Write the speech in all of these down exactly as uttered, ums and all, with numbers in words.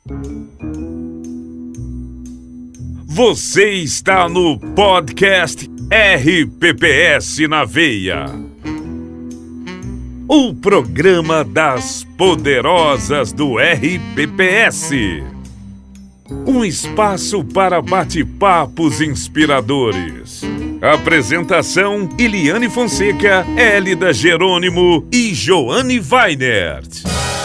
Você está no podcast R P P S na Veia. O programa das poderosas do R P P S. Um espaço para bate-papos inspiradores. Apresentação: Iliane Fonseca, Hélida Jerônimo e Joane Weinert.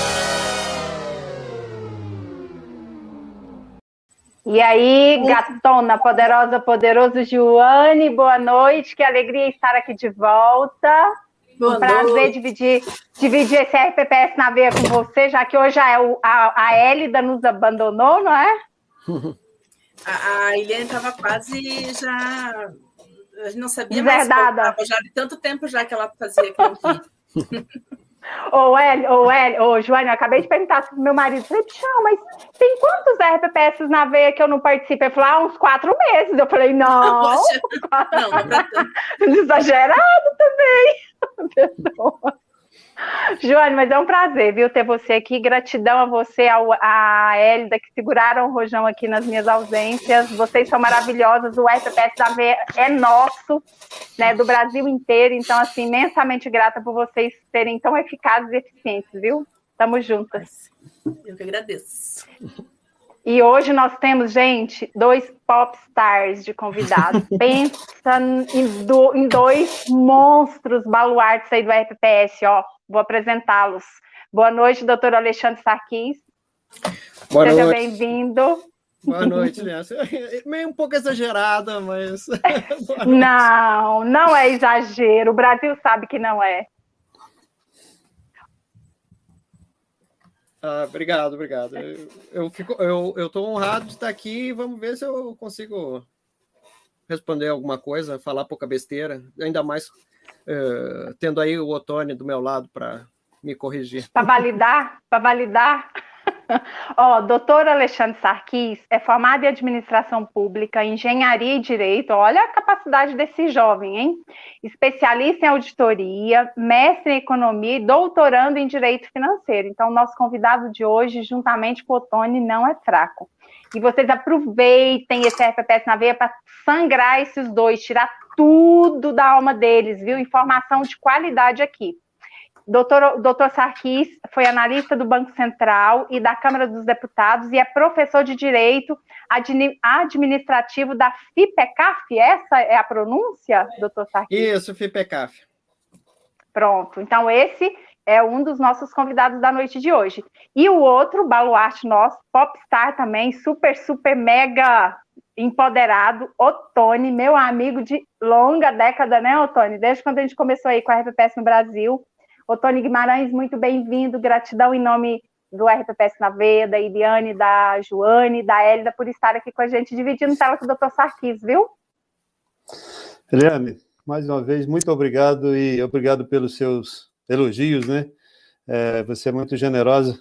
E aí, gatona, poderosa, poderoso Joane, boa noite, que alegria estar aqui de volta. Boa um prazer noite. dividir, dividir esse R P P S na veia com você, já que hoje a, a, a Hélida nos abandonou, não é? A, a Iliane estava quase já... A gente não sabia Deserdada. mais, já de tanto tempo já que ela fazia aquele vídeo. Ô, Hélio, ô, Hélio, ô, Joane, eu acabei de perguntar pro meu marido, falei, Pichão, mas tem quantos R P P S na veia que eu não participo? Ele falou, ah, uns quatro meses. Eu falei, não, Poxa, não, não é pra tanto. Exagerado também. Perdoa. Joane, mas é um prazer, viu, ter você aqui. Gratidão a você, ao, a Hélida, que seguraram o rojão aqui nas minhas ausências. Vocês são maravilhosas. O R P P S da Veia é nosso, né, do Brasil inteiro. Então, assim, imensamente grata por vocês serem tão eficazes e eficientes, viu? Tamo juntas. Eu que agradeço. E hoje nós temos, gente, dois pop stars de convidados. Pensa em, do, em dois monstros baluartes aí do R P P S, ó. Vou apresentá-los. Boa noite, doutor Alexandre Sarquis. Boa Seja noite. bem-vindo. Boa noite, Léa. Meio um pouco exagerada, mas... Não, não é exagero. O Brasil sabe que não é. Ah, obrigado, obrigado. Eu, eu, fico, eu, eu tô honrado de estar aqui e vamos ver se eu consigo responder alguma coisa, falar pouca besteira, ainda mais uh, tendo aí o Ottoni do meu lado para me corrigir. Para validar? Para validar? Ó, doutor Alexandre Sarquis é formado em Administração Pública, Engenharia e Direito. Olha a capacidade desse jovem, hein? Especialista em auditoria, mestre em economia e doutorando em Direito Financeiro. Então, o nosso convidado de hoje, juntamente com o Ottoni, não é fraco. E vocês aproveitem esse R P P S na veia para sangrar esses dois, tirar tudo da alma deles, viu? Informação de qualidade aqui. Doutor, doutor Sarquis foi analista do Banco Central e da Câmara dos Deputados e é professor de Direito Administrativo da FIPECAF. Essa é a pronúncia, doutor Sarquis? Isso, FIPECAF. Pronto. Então, esse é um dos nossos convidados da noite de hoje. E o outro, baluarte nosso, popstar também, super, super, mega empoderado, Ottoni, meu amigo de longa década, né, Ottoni? Desde quando a gente começou aí com a R P P S no Brasil. Ottoni Guimarães, muito bem-vindo, gratidão em nome do R P P S na Veia, da Iliane, da Joane, da Hélida, por estar aqui com a gente, dividindo tela com o doutor Sarquis, viu? Eliane, mais uma vez, muito obrigado e obrigado pelos seus elogios, né? É, você é muito generosa.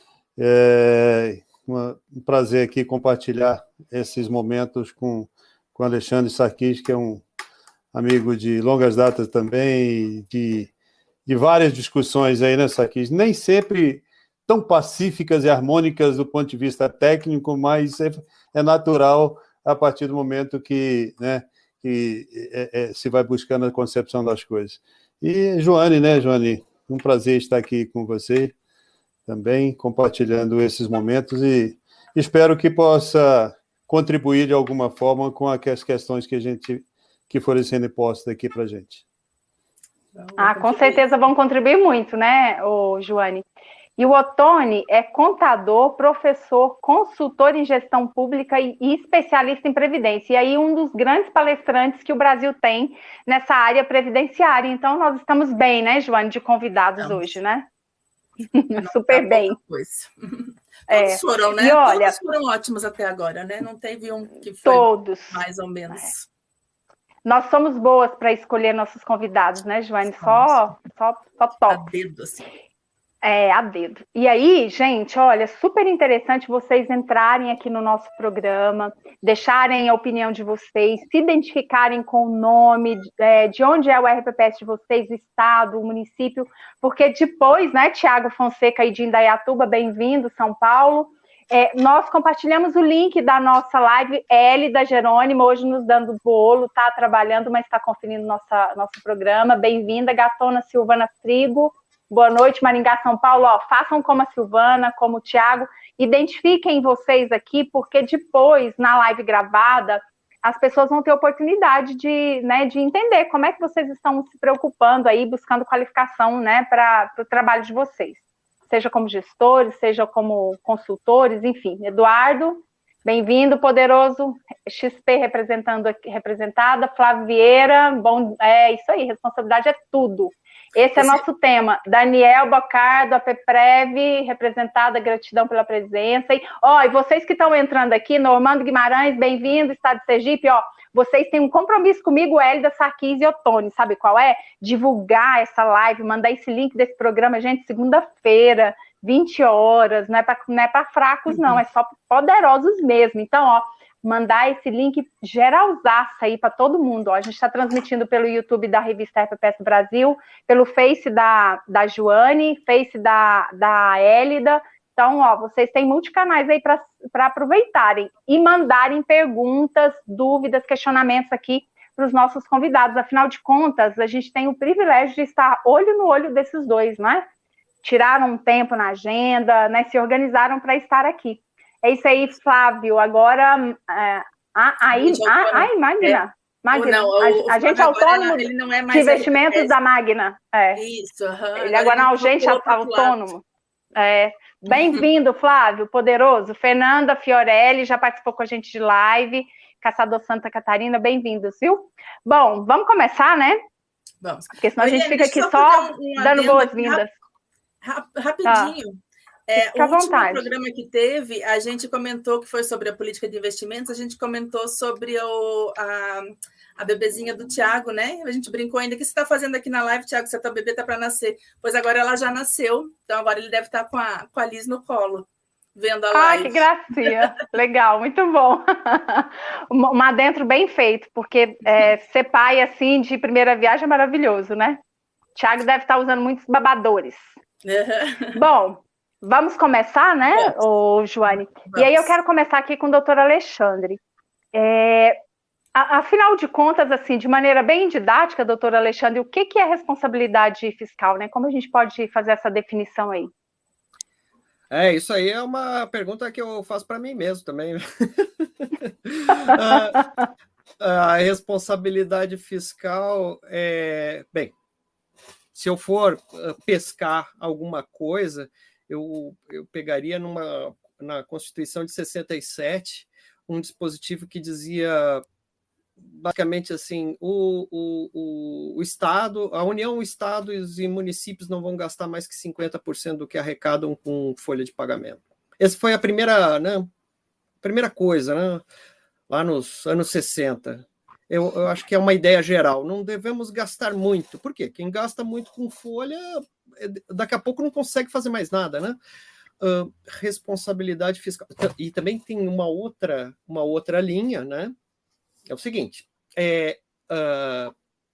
É uma, um prazer aqui compartilhar esses momentos com com Alexandre Sarquis, que é um amigo de longas datas também, de de várias discussões aí, né, Sarquis? Nem sempre tão pacíficas e harmônicas do ponto de vista técnico, mas é, é natural a partir do momento que, né, que é, é, se vai buscando a concepção das coisas. E Joane, né, Joane? Um prazer estar aqui com você também, compartilhando esses momentos e espero que possa contribuir de alguma forma com as questões que a gente que forem sendo postas aqui para a gente. Ah, com certeza vão contribuir muito, né, ô, Joane? E o Ottoni é contador, professor, consultor em gestão pública e, e especialista em previdência. E aí um dos grandes palestrantes que o Brasil tem nessa área previdenciária. Então nós estamos bem, né, Joane, de convidados Estamos. hoje, né? Super bem. É. Todos foram, né? E olha, todos foram ótimos até agora, né? Não teve um que foi todos. mais ou menos... É. Nós somos boas para escolher nossos convidados, né, Joane? Só, só, só top. A dedo, assim. É, a dedo. E aí, gente, olha, super interessante vocês entrarem aqui no nosso programa, deixarem a opinião de vocês, se identificarem com o nome, é, de onde é o R P P S de vocês, o estado, o município, porque depois, né, Tiago Fonseca e de Indaiatuba, bem-vindo, São Paulo, É, nós compartilhamos o link da nossa live, Hélida Jerônimo, hoje nos dando bolo, está trabalhando, mas está conferindo nossa, nosso programa. Bem-vinda, Gatona Silvana Trigo. Boa noite, Maringá, São Paulo. Ó, façam como a Silvana, como o Tiago. Identifiquem vocês aqui, porque depois, na live gravada, as pessoas vão ter oportunidade de, né, de entender como é que vocês estão se preocupando aí, buscando qualificação, né, para o trabalho de vocês. Seja como gestores, seja como consultores, enfim. Eduardo, bem-vindo, poderoso X P representando aqui, representada, Flávio Vieira, bom, é isso aí, responsabilidade é tudo. Esse é nosso tema. Daniel Bocardo, a PEPREV, representada, gratidão pela presença. E, ó, e vocês que estão entrando aqui, Normando Guimarães, bem-vindo, Estado de Sergipe, ó, vocês têm um compromisso comigo, Hélida Sarkis e Ottoni, sabe qual é? Divulgar essa live, mandar esse link desse programa, gente, segunda-feira, vinte horas, não é para não é para fracos, não, é só poderosos mesmo. Então, ó, mandar esse link geralzaço aí para todo mundo. Ó. A gente está transmitindo pelo YouTube da revista R P P S Brasil, pelo Face da, da Joane, Face da, da Hélida. Então, ó, vocês têm multicanais aí para aproveitarem e mandarem perguntas, dúvidas, questionamentos aqui para os nossos convidados. Afinal de contas, a gente tem o privilégio de estar olho no olho desses dois, não é? Tiraram um tempo na agenda, né? Se organizaram para estar aqui. É isso aí, Flávio. Agora, é, aí, a, ai, Magna. Magna. Não, o, a, a gente autônomo ele não é mais de investimentos da Magna. É. Isso. Uhum. Ele agora é um agente autônomo. É. Bem-vindo, Flávio, poderoso. Fernanda Fiorelli já participou com a gente de live. Caçador Santa Catarina, bem-vindos, viu? Bom, vamos começar, né? Vamos. Porque senão Oi, a gente fica aqui só um dando boas-vindas. Rap, rapidinho. Tá. É, o último vontade. programa que teve, a gente comentou que foi sobre a política de investimentos, a gente comentou sobre o, a, a bebezinha do Tiago, né? A gente brincou ainda, o que você está fazendo aqui na live, Tiago? Essa tua bebê está para nascer. Pois agora ela já nasceu, então agora ele deve estar com a, com a Liz no colo, vendo a live. Ah, que gracinha! Legal, muito bom. Um adentro bem feito, porque é, ser pai assim de primeira viagem é maravilhoso, né? Tiago deve estar usando muitos babadores. Uhum. Bom, vamos começar, né, ô, Joane? Vamos. E aí eu quero começar aqui com o doutor Alexandre. É, a, afinal de contas, assim, de maneira bem didática, doutor Alexandre, o que, que é responsabilidade fiscal, né? Como a gente pode fazer essa definição aí? É, isso aí é uma pergunta que eu faço para mim mesmo também. a, a responsabilidade fiscal é... Bem, se eu for pescar alguma coisa... Eu, eu pegaria numa, na Constituição de sessenta e sete um dispositivo que dizia basicamente assim, o, o, o, o Estado, a União, Estados e municípios não vão gastar mais que cinquenta por cento do que arrecadam com folha de pagamento. Essa foi a primeira, né, primeira coisa, né, lá nos anos sessenta. Eu, eu acho que é uma ideia geral. Não devemos gastar muito. Por quê? Quem gasta muito com folha, daqui a pouco não consegue fazer mais nada, né? Uh, responsabilidade fiscal. E também tem uma outra, uma outra linha, né? É o seguinte: é, uh,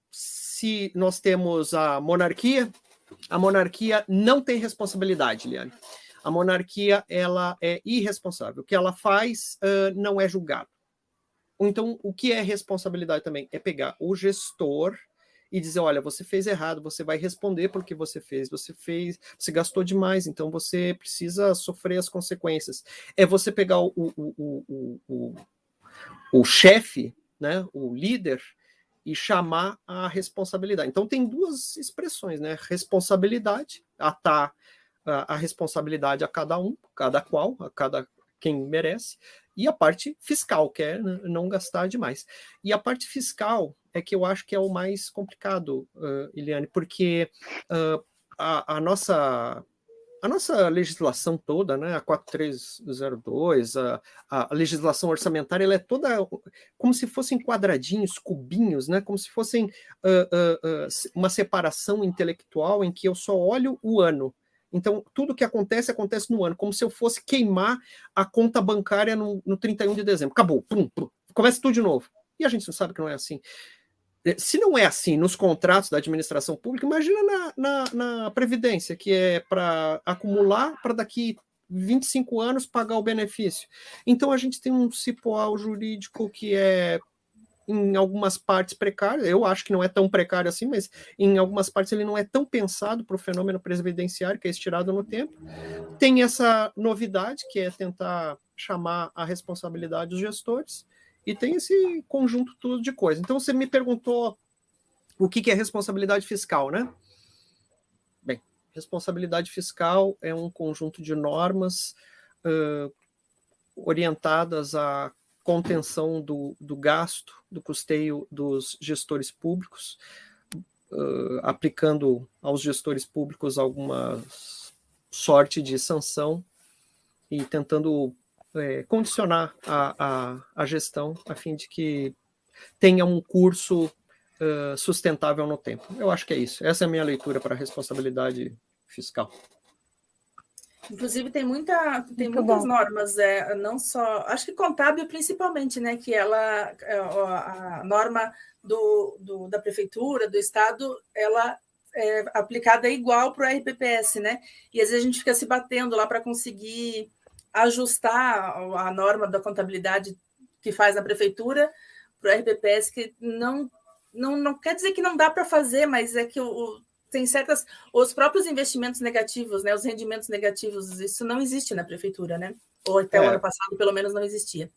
se nós temos a monarquia, a monarquia não tem responsabilidade, Liane. A monarquia, ela é irresponsável. O que ela faz uh, não é julgado. Então, o que é responsabilidade também? É pegar o gestor e dizer, olha, você fez errado, você vai responder pelo que você fez, você fez, você gastou demais, então você precisa sofrer as consequências. É você pegar o, o, o, o, o, o chefe, né, o líder, e chamar a responsabilidade. Então, tem duas expressões, né? Responsabilidade, atar a, a responsabilidade a cada um, cada qual, a cada quem merece, e a parte fiscal, que é não gastar demais. E a parte fiscal é que eu acho que é o mais complicado, uh, Eliane, porque uh, a, a, nossa, a nossa legislação toda, né, a quatro três zero dois, a, a legislação orçamentária, ela é toda como se fossem quadradinhos, cubinhos, né, como se fossem uh, uh, uh, uma separação intelectual em que eu só olho o ano. Então, tudo que acontece, acontece no ano, como se eu fosse queimar a conta bancária no, no trinta e um de dezembro. Acabou, pum, pum, começa tudo de novo. E a gente não sabe que não é assim. Se não é assim nos contratos da administração pública, imagina na, na, na Previdência, que é para acumular para daqui vinte e cinco anos pagar o benefício. Então a gente tem um cipoal jurídico que é, em algumas partes, precário. Eu acho que não é tão precário assim, mas em algumas partes ele não é tão pensado para o fenômeno previdenciário, que é estirado no tempo. Tem essa novidade, que é tentar chamar a responsabilidade dos gestores, e tem esse conjunto todo de coisas. Então você me perguntou o que é responsabilidade fiscal, né? Bem, responsabilidade fiscal é um conjunto de normas uh, orientadas a contenção do, do gasto, do custeio dos gestores públicos, uh, aplicando aos gestores públicos alguma sorte de sanção e tentando é, condicionar a, a, a gestão a fim de que tenha um curso uh, sustentável no tempo. Eu acho que é isso. Essa é a minha leitura para a responsabilidade fiscal. Inclusive, tem, muita, tem muitas bom. normas, é, não só... Acho que contábil, principalmente, né? Que ela, a norma do, do, da prefeitura, do estado, ela é aplicada igual para o R P P S, né? E às vezes a gente fica se batendo lá para conseguir ajustar a norma da contabilidade que faz na prefeitura para o R P P S, que não, não, não quer dizer que não dá para fazer, mas é que o... o tem certas, os próprios investimentos negativos, né, os rendimentos negativos, isso não existe na prefeitura, né? Ou até é. o ano passado, pelo menos, não existia.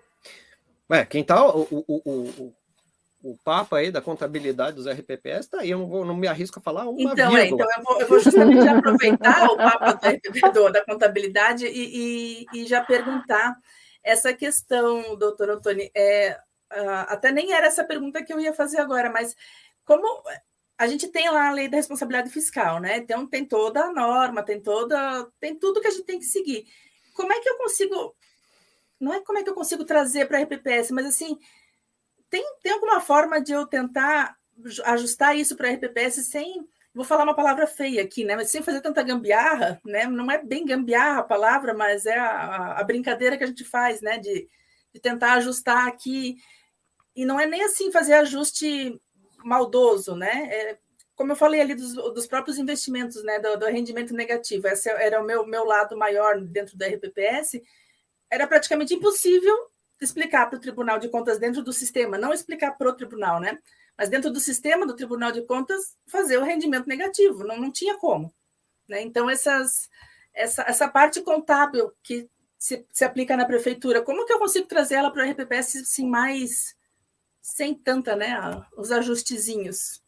É, quem tá, o, o, o, o, o Papa aí da contabilidade dos R P P S tá aí, eu não, vou, não me arrisco a falar uma então, é, então eu vou, eu vou justamente aproveitar o Papa do R P P, do, da contabilidade e, e, e já perguntar essa questão, doutor Antônio, é, uh, até nem era essa pergunta que eu ia fazer agora, mas como... A gente tem lá a lei da responsabilidade fiscal, né? Então, tem toda a norma, tem toda, tem tudo que a gente tem que seguir. Como é que eu consigo... Não é como é que eu consigo trazer para a R P P S, mas, assim, tem, tem alguma forma de eu tentar ajustar isso para a R P P S sem... Vou falar uma palavra feia aqui, né? Mas sem fazer tanta gambiarra, né? Não é bem gambiarra a palavra, mas é a, a brincadeira que a gente faz, né? De, de tentar ajustar aqui. E não é nem assim fazer ajuste... maldoso, né? É, como eu falei ali dos, dos próprios investimentos, né? Do, do rendimento negativo, esse era o meu, meu lado maior dentro da R P P S, era praticamente impossível explicar para o Tribunal de Contas dentro do sistema, não explicar para o tribunal, né? Mas dentro do sistema do Tribunal de Contas, fazer o rendimento negativo, não, não tinha como. Né? Então, essas, essa, essa parte contábil que se, se aplica na prefeitura, como que eu consigo trazer ela para o R P P S assim, mais... sem tanta, né, os ajustezinhos?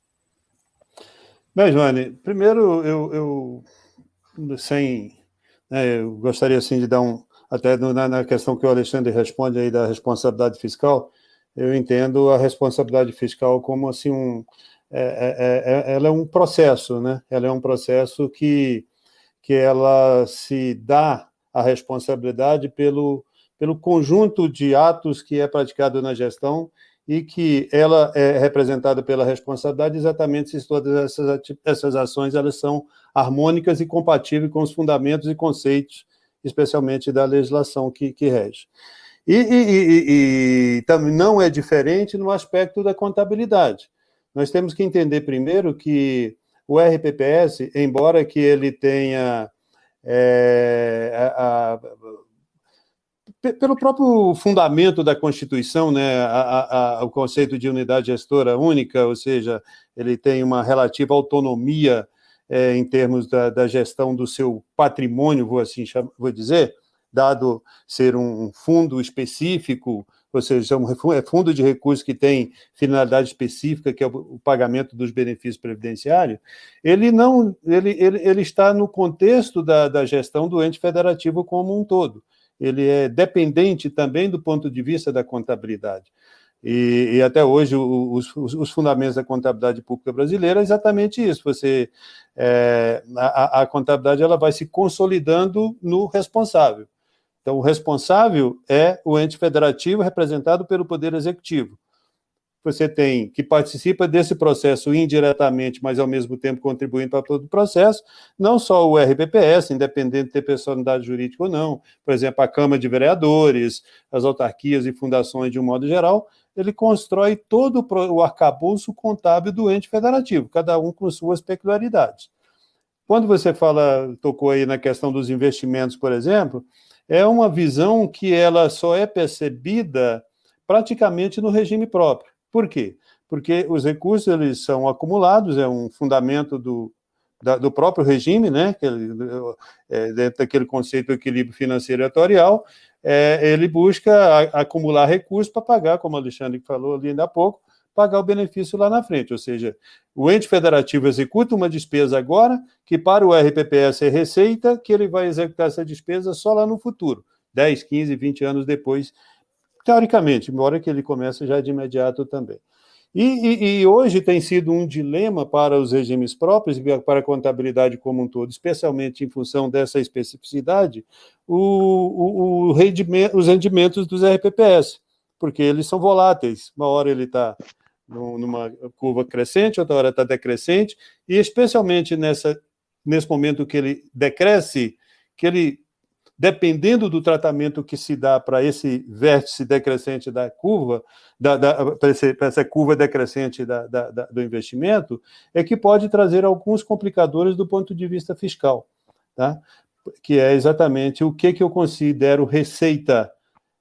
Bem, Joane, primeiro eu, eu sem, né, eu gostaria assim de dar um, até na, na questão que o Alexandre responde aí da responsabilidade fiscal, eu entendo a responsabilidade fiscal como assim um, é, é, é, ela é um processo, né? Ela é um processo que, que ela se dá a responsabilidade pelo, pelo conjunto de atos que é praticado na gestão e que ela é representada pela responsabilidade exatamente se todas essas, essas ações elas são harmônicas e compatíveis com os fundamentos e conceitos, especialmente da legislação que, que rege. E, e, e, e também não é diferente no aspecto da contabilidade. Nós temos que entender primeiro que o R P P S, embora que ele tenha... É, a, a, pelo próprio fundamento da Constituição, né, a, a, o conceito de unidade gestora única, ou seja, ele tem uma relativa autonomia é, em termos da, da gestão do seu patrimônio, vou assim vou dizer, dado ser um fundo específico, ou seja, um fundo de recursos que tem finalidade específica, que é o pagamento dos benefícios previdenciários, ele, não, ele, ele, ele está no contexto da, da gestão do ente federativo como um todo. Ele é dependente também do ponto de vista da contabilidade. E, e até hoje, os, os, os fundamentos da contabilidade pública brasileira é exatamente isso. Você, é, a, a contabilidade ela vai se consolidando no responsável. Então, o responsável é o ente federativo representado pelo Poder Executivo. Você tem que participa desse processo indiretamente, mas ao mesmo tempo contribuindo para todo o processo, não só o R P P S, independente de ter personalidade jurídica ou não, por exemplo, a Câmara de Vereadores, as autarquias e fundações de um modo geral, ele constrói todo o arcabouço contábil do ente federativo, cada um com suas peculiaridades. quando você fala, tocou aí na questão dos investimentos, por exemplo, é uma visão que ela só é percebida praticamente no regime próprio. Por quê? Porque os recursos eles são acumulados, é um fundamento do, da, do próprio regime, né? Que ele, é, dentro daquele conceito do equilíbrio financeiro e atuarial, é, ele busca a, acumular recursos para pagar, como o Alexandre falou ali ainda há pouco, pagar o benefício lá na frente, ou seja, o ente federativo executa uma despesa agora, que para o R P P S é receita, que ele vai executar essa despesa só lá no futuro, dez, quinze, vinte anos depois, teoricamente, embora que ele comece já de imediato também. E, e, e hoje tem sido um dilema para os regimes próprios e para a contabilidade como um todo, especialmente em função dessa especificidade, o, o, o rendimento, os rendimentos dos R P P S, porque eles são voláteis, uma hora ele está numa curva crescente, outra hora está decrescente, e especialmente nessa, nesse momento que ele decresce, que ele, dependendo do tratamento que se dá para esse vértice decrescente da curva, da, da, para essa curva decrescente da, da, da, do investimento, é que pode trazer alguns complicadores do ponto de vista fiscal, tá? Que é exatamente o que, que eu considero receita,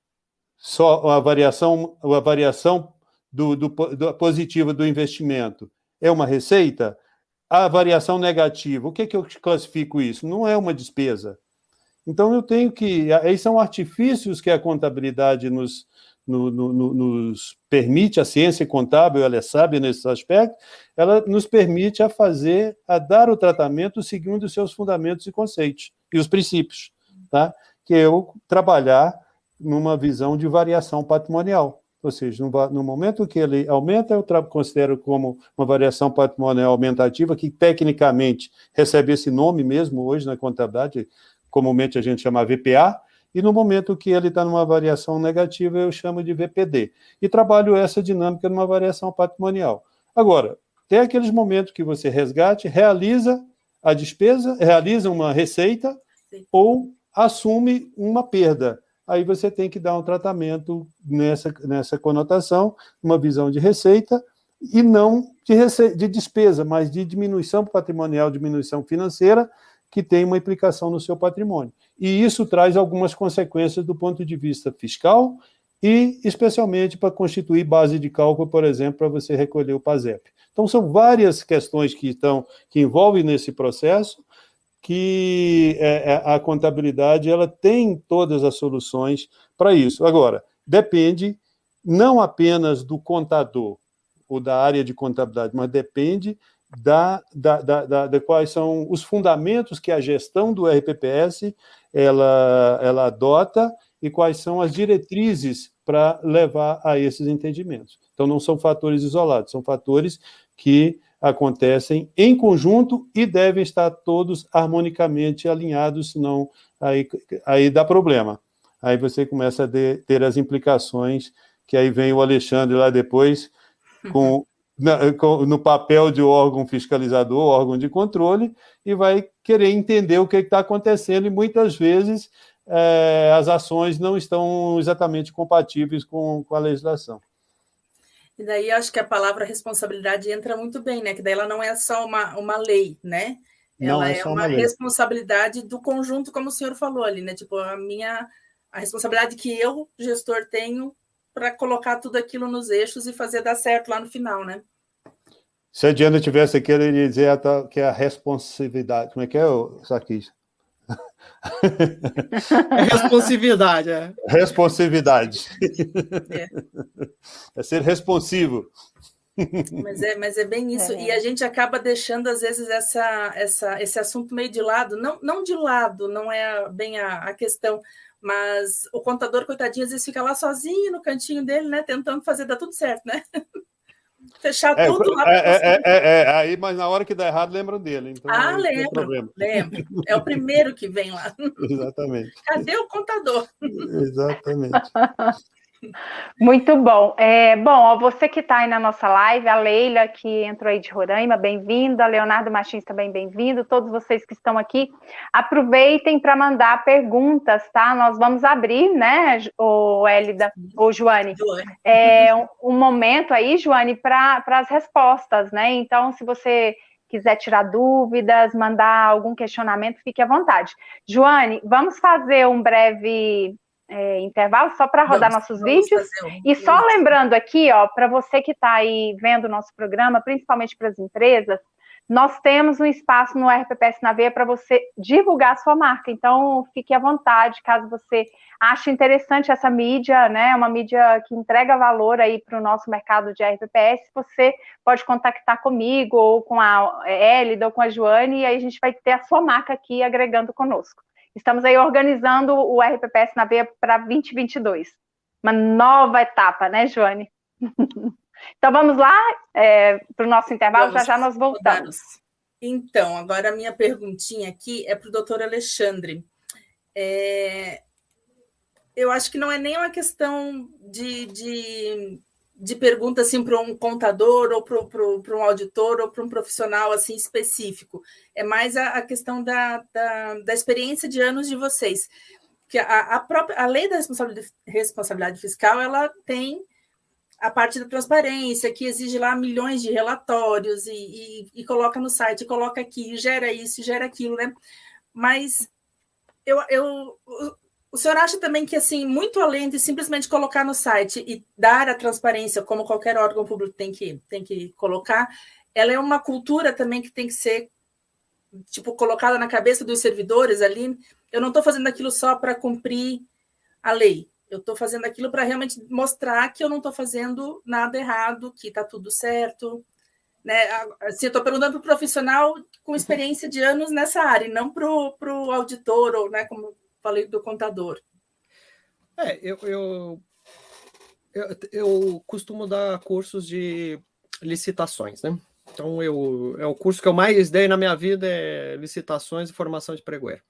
só a variação, a variação Do, do, do positiva do investimento é uma receita, a variação negativa, o que, que eu classifico isso? Não é uma despesa. Então, eu tenho que... Aí são artifícios que a contabilidade nos, no, no, no, nos permite, a ciência contábil, ela é sábia nesse aspecto, ela nos permite a fazer, a dar o tratamento seguindo os seus fundamentos e conceitos, e os princípios, tá? Que é eu trabalhar numa visão de variação patrimonial. Ou seja, no, no momento que ele aumenta, eu considero como uma variação patrimonial aumentativa, que tecnicamente recebe esse nome mesmo hoje na contabilidade, comumente a gente chama V P A, e no momento que ele está numa variação negativa, eu chamo de V P D. E trabalho essa dinâmica numa variação patrimonial. Agora, tem aqueles momentos que você resgate, realiza a despesa, realiza uma receita, sim, ou assume uma perda. Aí você tem que dar um tratamento nessa, nessa conotação, uma visão de receita, e não de, rece... de despesa, mas de diminuição patrimonial, diminuição financeira, que tem uma implicação no seu patrimônio. E isso traz algumas consequências do ponto de vista fiscal e, especialmente, para constituir base de cálculo, por exemplo, para você recolher o PASEP. Então, são várias questões que, estão, que envolvem nesse processo, que é, a contabilidade ela tem todas as soluções para isso. Agora, depende não apenas do contador ou da área de contabilidade, mas depende da, da, da, da, de quais são os fundamentos que a gestão do R P P S ela, ela adota e quais são as diretrizes para levar a esses entendimentos. Então, não são fatores isolados, são fatores que acontecem em conjunto e devem estar todos harmonicamente alinhados, senão aí, aí dá problema. Aí você começa a de, ter as implicações, que aí vem o Alexandre lá depois, com, na, com, no papel de órgão fiscalizador, órgão de controle, e vai querer entender o que está acontecendo, e muitas vezes é, as ações não estão exatamente compatíveis com, com a legislação. E daí acho que a palavra responsabilidade entra muito bem, né? Que daí ela não é só uma, uma lei, né? Ela não, é, é uma, uma responsabilidade do conjunto, como o senhor falou ali, né? Tipo, a minha a responsabilidade que eu, gestor, tenho para colocar tudo aquilo nos eixos e fazer dar certo lá no final, né? Se a Diana tivesse aqui, eu iria dizer que é a responsividade. Como é que é, Sarkis? É responsividade, é. Responsividade. É. É ser responsivo. Mas é, mas é bem isso. É. E a gente acaba deixando, às vezes, essa, essa, esse assunto meio de lado. Não, não de lado, não é bem a, a questão, mas o contador, coitadinho, às vezes fica lá sozinho no cantinho dele, né? Tentando fazer dar tudo certo, né? Fechar é, tudo lá. É, é, é, é, aí, mas na hora que dá errado, lembram dele. Então, ah, lembro, lembro. É o primeiro que vem lá. Exatamente. Cadê o contador? Exatamente. Muito bom. É, bom, ó, você que está aí na nossa live, a Leila, que entrou aí de Roraima, bem-vinda, Leonardo Martins também bem-vindo, todos vocês que estão aqui, aproveitem para mandar perguntas, tá? Nós vamos abrir, né, o Hélida, ou Joane, é, um, um momento aí, Joane, para as respostas, né? Então, se você quiser tirar dúvidas, mandar algum questionamento, fique à vontade. Joane, vamos fazer um breve é, intervalo só para rodar vamos, nossos vamos vídeos? Um... E só lembrando aqui, ó, para você que está aí vendo o nosso programa, principalmente para as empresas, nós temos um espaço no R P P S na Veia para você divulgar a sua marca. Então, fique à vontade, caso você ache interessante essa mídia, né? Uma mídia que entrega valor aí para o nosso mercado de R P P S. Você pode contactar comigo, ou com a Hélida, ou com a Joane, e aí a gente vai ter a sua marca aqui agregando conosco. Estamos aí organizando o R P P S na Veia para vinte e vinte e dois. Uma nova etapa, né, Joane? Então, vamos lá é, para o nosso intervalo, vamos, já já nós voltamos. Então, agora a minha perguntinha aqui é para o doutor Alexandre. É, eu acho que não é nem uma questão de, de, de pergunta assim, para um contador, ou para, para, para um auditor, ou para um profissional assim, específico. É mais a, a questão da, da, da experiência de anos de vocês. Que a, a, própria, a lei da responsabilidade, responsabilidade fiscal, ela tem a parte da transparência, que exige lá milhões de relatórios e, e, e coloca no site, coloca aqui, gera isso, gera aquilo, né? Mas eu, eu, o senhor acha também que, assim, muito além de simplesmente colocar no site e dar a transparência, como qualquer órgão público tem que, tem que colocar, ela é uma cultura também que tem que ser, tipo, colocada na cabeça dos servidores ali. Eu não estou fazendo aquilo só para cumprir a lei. Eu estou fazendo aquilo para realmente mostrar que eu não estou fazendo nada errado, que está tudo certo. Né? Assim, eu estou perguntando para o profissional com experiência de anos nessa área, e não para o auditor, ou, né, como falei, do contador. É, eu, eu, eu, eu costumo dar cursos de licitações, né? Então, eu, é o curso que eu mais dei na minha vida é licitações e formação de pregoeiro.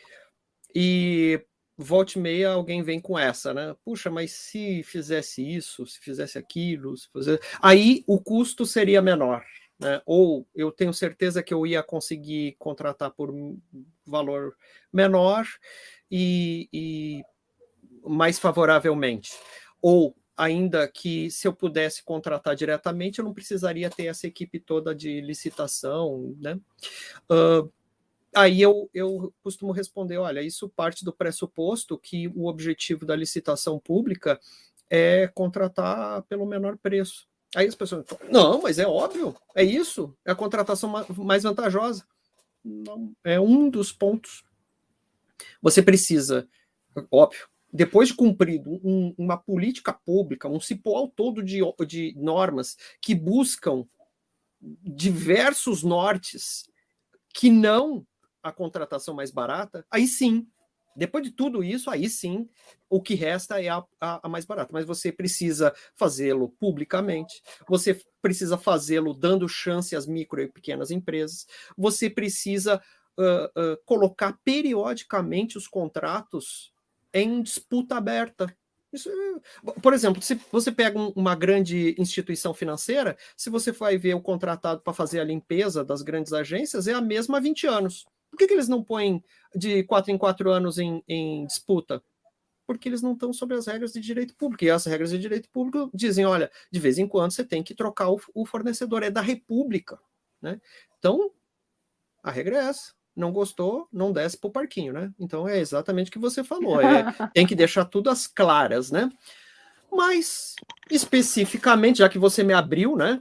E volta e meia alguém vem com essa, né? Puxa, mas se fizesse isso, se fizesse aquilo, se fizesse... aí o custo seria menor, né? Ou eu tenho certeza que eu ia conseguir contratar por um valor menor e, e mais favoravelmente. Ou ainda que se eu pudesse contratar diretamente, eu não precisaria ter essa equipe toda de licitação, né? Uh, Aí eu, eu costumo responder, olha, isso parte do pressuposto que o objetivo da licitação pública é contratar pelo menor preço. Aí as pessoas falam, não, mas é óbvio, é isso, é a contratação mais vantajosa. Não, é um dos pontos. Você precisa, óbvio, depois de cumprido um, uma política pública, um cipoal todo de, de normas que buscam diversos nortes que não a contratação mais barata, aí sim, depois de tudo isso, aí sim, o que resta é a, a, a mais barata. Mas você precisa fazê-lo publicamente, você precisa fazê-lo dando chance às micro e pequenas empresas, você precisa uh, uh, colocar periodicamente os contratos em disputa aberta. Isso, por exemplo, se você pega uma grande instituição financeira, se você vai ver o contratado para fazer a limpeza das grandes agências, é a mesma há vinte anos. Por que, que eles não põem de quatro em quatro anos em, em disputa? Porque eles não estão sobre as regras de direito público. E as regras de direito público dizem, olha, de vez em quando você tem que trocar o, o fornecedor, é da República. Né? Então, a regra é essa. Não gostou, não desce para o parquinho. Né? Então, é exatamente o que você falou. É, tem que deixar tudo às claras. Né? Mas, especificamente, já que você me abriu, né?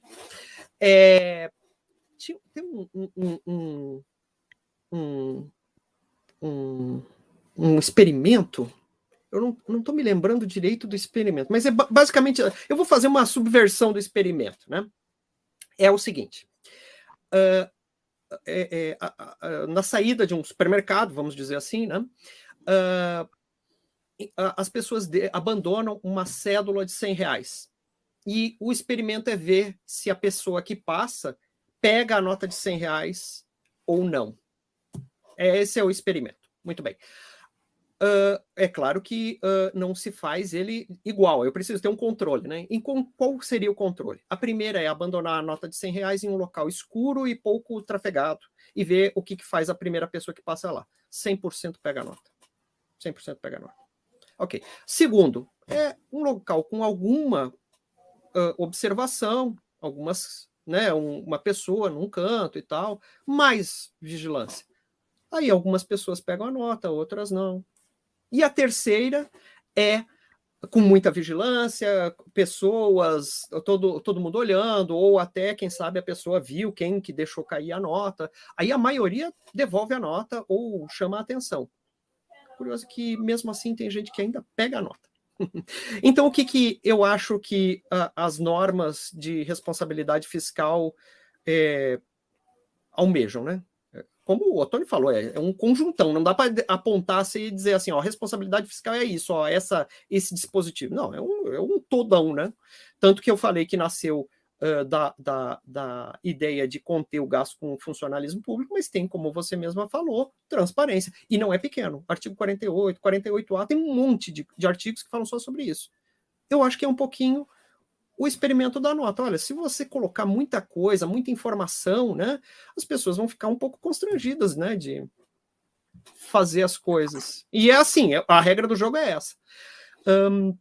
É, tem um... um, um Um, um, um experimento, eu não estou me lembrando direito do experimento, mas é basicamente, eu vou fazer uma subversão do experimento, né? É o seguinte, uh, é, é, a, a, na saída de um supermercado, vamos dizer assim, né? Uh, as pessoas de, abandonam uma cédula de cem reais, e o experimento é ver se a pessoa que passa pega a nota de cem reais ou não. Esse é o experimento. Muito bem. Uh, é claro que uh, não se faz ele igual. Eu preciso ter um controle, né? E com, qual seria o controle? A primeira é abandonar a nota de cem reais em um local escuro e pouco trafegado e ver o que, que faz a primeira pessoa que passa lá. cem por cento pega a nota. cem por cento pega a nota. Ok. Segundo, é um local com alguma uh, observação, algumas né, um, uma pessoa num canto e tal, mais vigilância. Aí algumas pessoas pegam a nota, outras não. E a terceira é com muita vigilância, pessoas, todo, todo mundo olhando, ou até, quem sabe, a pessoa viu quem que deixou cair a nota. Aí a maioria devolve a nota ou chama a atenção. Curioso que, mesmo assim, tem gente que ainda pega a nota. Então, o que, que eu acho que uh, as normas de responsabilidade fiscal é, almejam, né? Como o Ottoni falou, é, é um conjuntão, não dá para apontar-se e dizer assim, ó, responsabilidade fiscal é isso, ó, essa, esse dispositivo. Não, é um, é um todão, né? Tanto que eu falei que nasceu uh, da, da, da ideia de conter o gasto com o funcionalismo público, mas tem, como você mesma falou, transparência. E não é pequeno. Artigo quarenta e oito, quarenta e oito A, tem um monte de, de artigos que falam só sobre isso. Eu acho que é um pouquinho o experimento da nota. Olha, se você colocar muita coisa, muita informação, né, as pessoas vão ficar um pouco constrangidas, né, de fazer as coisas. E é assim, a regra do jogo é essa. Um,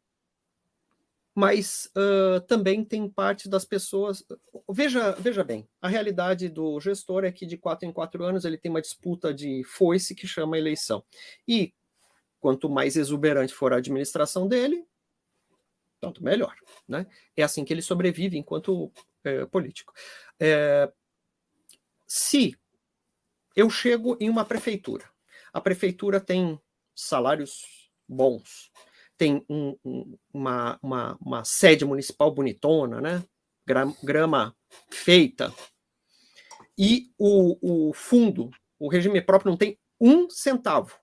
mas uh, também tem parte das pessoas... Veja, veja bem, a realidade do gestor é que de quatro em quatro anos ele tem uma disputa de foice que chama eleição. E quanto mais exuberante for a administração dele, tanto melhor, né? É assim que ele sobrevive enquanto é, político. É, se eu chego em uma prefeitura, a prefeitura tem salários bons, tem um, um, uma, uma, uma sede municipal bonitona, né? Grama feita, e o, o fundo, o regime próprio não tem um centavo.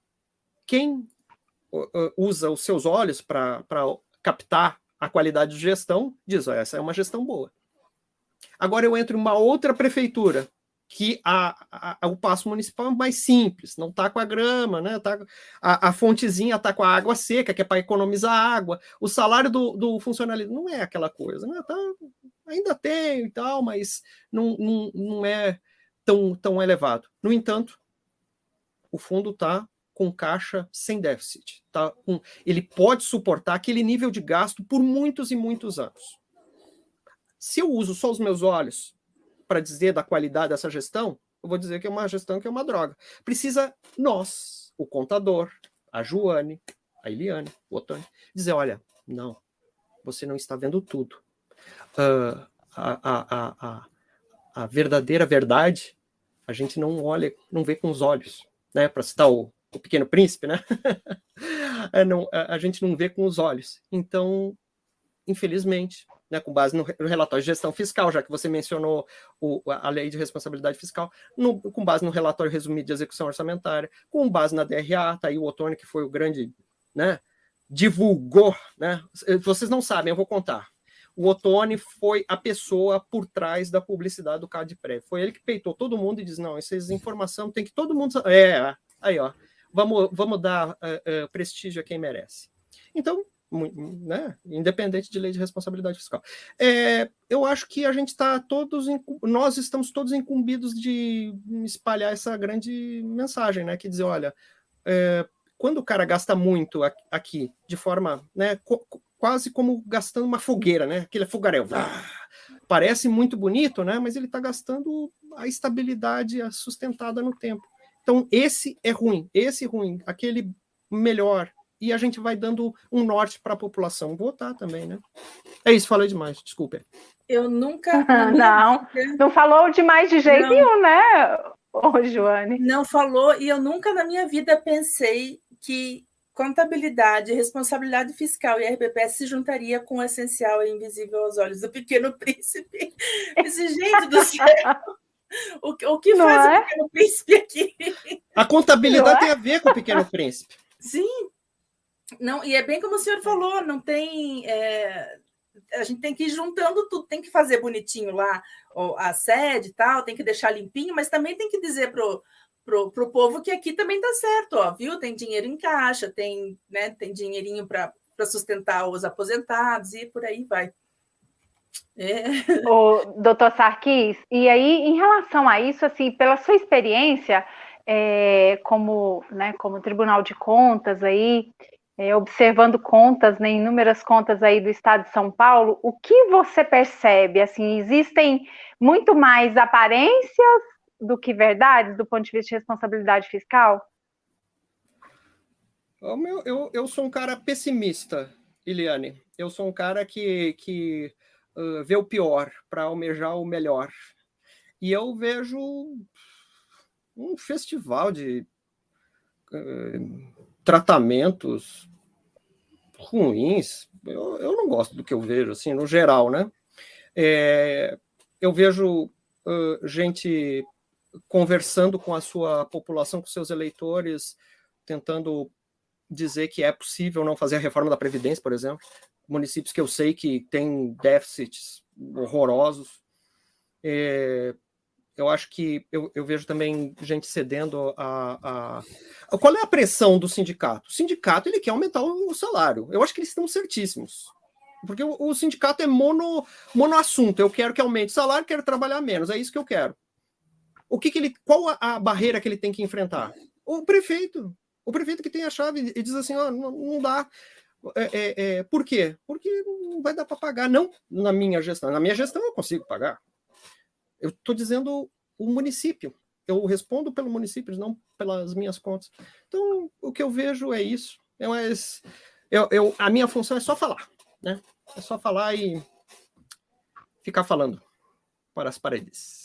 Quem uh, usa os seus olhos para captar a qualidade de gestão, diz, ó, essa é uma gestão boa. Agora eu entro em uma outra prefeitura, que a, a, o passo municipal é mais simples, não está com a grama, né? Tá, a, a fontezinha está com a água seca, que é para economizar água. O salário do, do funcionário não é aquela coisa, né? Tá, ainda tem e tal, mas não, não, não é tão, tão elevado. No entanto, o fundo está com caixa sem déficit. Tá? Com, ele pode suportar aquele nível de gasto por muitos e muitos anos. Se eu uso só os meus olhos para dizer da qualidade dessa gestão, eu vou dizer que é uma gestão que é uma droga. Precisa nós, o contador, a Joane, a Eliane, o Ottoni, dizer, olha, não, você não está vendo tudo. Uh, a, a, a, a, a verdadeira verdade, a gente não olha, não vê com os olhos, né? Para citar o o Pequeno Príncipe, né? não, a, a gente não vê com os olhos. Então, infelizmente, né, com base no, no relatório de gestão fiscal, já que você mencionou o, a lei de responsabilidade fiscal, no, com base no relatório resumido de execução orçamentária, com base na D R A, tá aí o Ottoni, que foi o grande, né, divulgou, né? Vocês não sabem, eu vou contar. O Ottoni foi a pessoa por trás da publicidade do CadPrev. Foi ele que peitou todo mundo e disse, não, essas informações tem que todo mundo... É, aí, ó. Vamos, vamos dar uh, uh, prestígio a quem merece. Então, né, independente de lei de responsabilidade fiscal. É, eu acho que a gente está todos, nós estamos todos incumbidos de espalhar essa grande mensagem, né, que dizer, olha, é, quando o cara gasta muito aqui, de forma, né, quase como gastando uma fogueira, né, aquele fogaréu, ah, parece muito bonito, né, mas ele está gastando a estabilidade sustentada no tempo. Então, esse é ruim, esse é ruim, aquele melhor. E a gente vai dando um norte para a população votar também, né? É isso, falei demais, desculpa. Eu nunca... Não, vida... não falou demais de jeito não. nenhum, né, ô, Joane? Não falou, e eu nunca na minha vida pensei que contabilidade, responsabilidade fiscal e R B P S se juntaria com o essencial e invisível aos olhos do Pequeno Príncipe. Esse gente do céu... O, o que não faz é? o Pequeno Príncipe aqui? A contabilidade tem a ver com o Pequeno Príncipe. Sim. Não, e é bem como o senhor falou, não tem... É, a gente tem que ir juntando tudo, tem que fazer bonitinho lá a sede e tal, tem que deixar limpinho, mas também tem que dizer pro, pro, pro povo que aqui também tá certo, ó, viu? Tem dinheiro em caixa, tem, né, tem dinheirinho para sustentar os aposentados e por aí vai. É. O doutor Sarkis, e aí em relação a isso, assim, pela sua experiência é, como, né, como Tribunal de Contas aí, é, observando contas, né, inúmeras contas aí do estado de São Paulo, o que você percebe? Assim, existem muito mais aparências do que verdades do ponto de vista de responsabilidade fiscal? Eu, eu, eu sou um cara pessimista, Eliane. Eu sou um cara que, que uh, vê o pior para almejar o melhor. E eu vejo um festival de uh, tratamentos ruins. Eu, eu não gosto do que eu vejo, assim, no geral, né? É, eu vejo uh, gente conversando com a sua população, com seus eleitores, tentando dizer que é possível não fazer a reforma da Previdência, por exemplo. Municípios que eu sei que têm déficits horrorosos. É, eu acho que eu, eu vejo também gente cedendo a, a... Qual é a pressão do sindicato? O sindicato ele quer aumentar o salário. Eu acho que eles estão certíssimos. Porque o, o sindicato é mono, monoassunto. Eu quero que aumente o salário, quero trabalhar menos. É isso que eu quero. O que que ele, qual a, a barreira que ele tem que enfrentar? O prefeito. O prefeito que tem a chave e diz assim, ó, não, não dá. É, é, é, por quê? Porque não vai dar para pagar. Não na minha gestão. Na minha gestão eu consigo pagar. Eu estou dizendo o município. Eu respondo pelo município, não pelas minhas contas. Então, o que eu vejo é isso. É mais, eu, eu, a minha função é só falar. Né? É só falar e ficar falando para as paredes.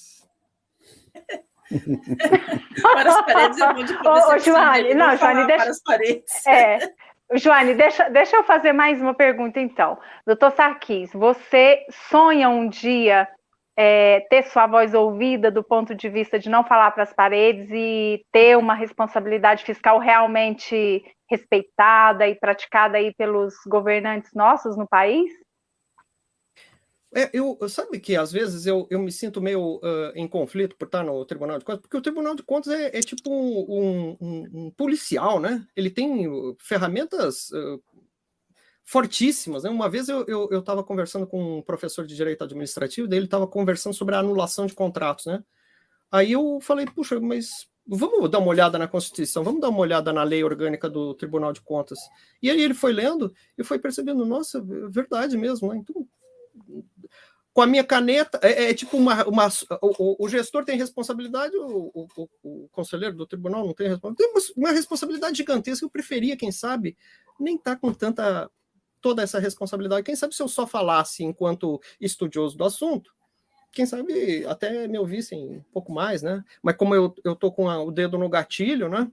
Para as paredes é bom de poder Ô, Joane, não, Joane, deixa... para as paredes. É, Joane, deixa, deixa eu fazer mais uma pergunta, então. Doutor Sarquis, você sonha um dia é, ter sua voz ouvida do ponto de vista de não falar para as paredes e ter uma responsabilidade fiscal realmente respeitada e praticada aí pelos governantes nossos no país? É, eu, sabe que às vezes eu, eu me sinto meio uh, em conflito por estar no Tribunal de Contas, porque o Tribunal de Contas é, é tipo um, um, um policial, né? Ele tem ferramentas uh, fortíssimas, né? Uma vez eu estava conversando com um professor de Direito Administrativo, daí ele estava conversando sobre a anulação de contratos, né? Aí eu falei, puxa, mas vamos dar uma olhada na Constituição, vamos dar uma olhada na lei orgânica do Tribunal de Contas. E aí ele foi lendo e foi percebendo, nossa, é verdade mesmo, né? Então, com a minha caneta, é, é tipo uma... uma o, o gestor tem responsabilidade, o, o, o conselheiro do tribunal não tem responsabilidade. Tem uma, uma responsabilidade gigantesca, eu preferia, quem sabe, nem estar tá com tanta, toda essa responsabilidade. Quem sabe se eu só falasse enquanto estudioso do assunto, quem sabe até me ouvissem um pouco mais, né? Mas como eu, eu tô com a, o dedo no gatilho, né?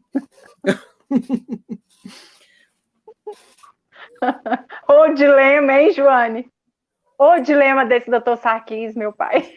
Ô dilema, hein, Joane? O dilema desse doutor Sarquis, meu pai.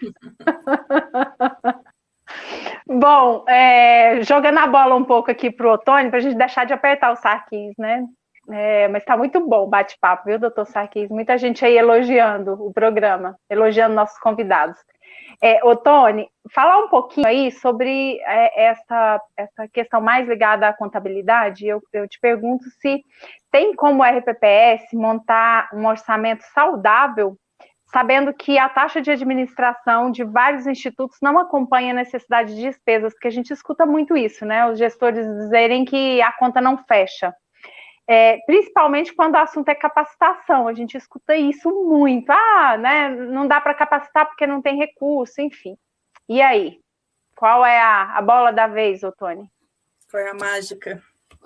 Bom, é, jogando a bola um pouco aqui para o Otônio, para a gente deixar de apertar o Sarquis, né? É, mas está muito bom o bate-papo, viu, doutor Sarquis? Muita gente aí elogiando o programa, elogiando nossos convidados. É, Otônio, falar um pouquinho aí sobre é, essa, essa questão mais ligada à contabilidade. Eu, eu te pergunto se tem como o R P P S montar um orçamento saudável, sabendo que a taxa de administração de vários institutos não acompanha a necessidade de despesas, porque a gente escuta muito isso, né? Os gestores dizerem que a conta não fecha. É, principalmente quando o assunto é capacitação, a gente escuta isso muito. Ah, né? Não dá para capacitar porque não tem recurso, enfim. E aí? Qual é a, a bola da vez, Otônio? Qual é a mágica?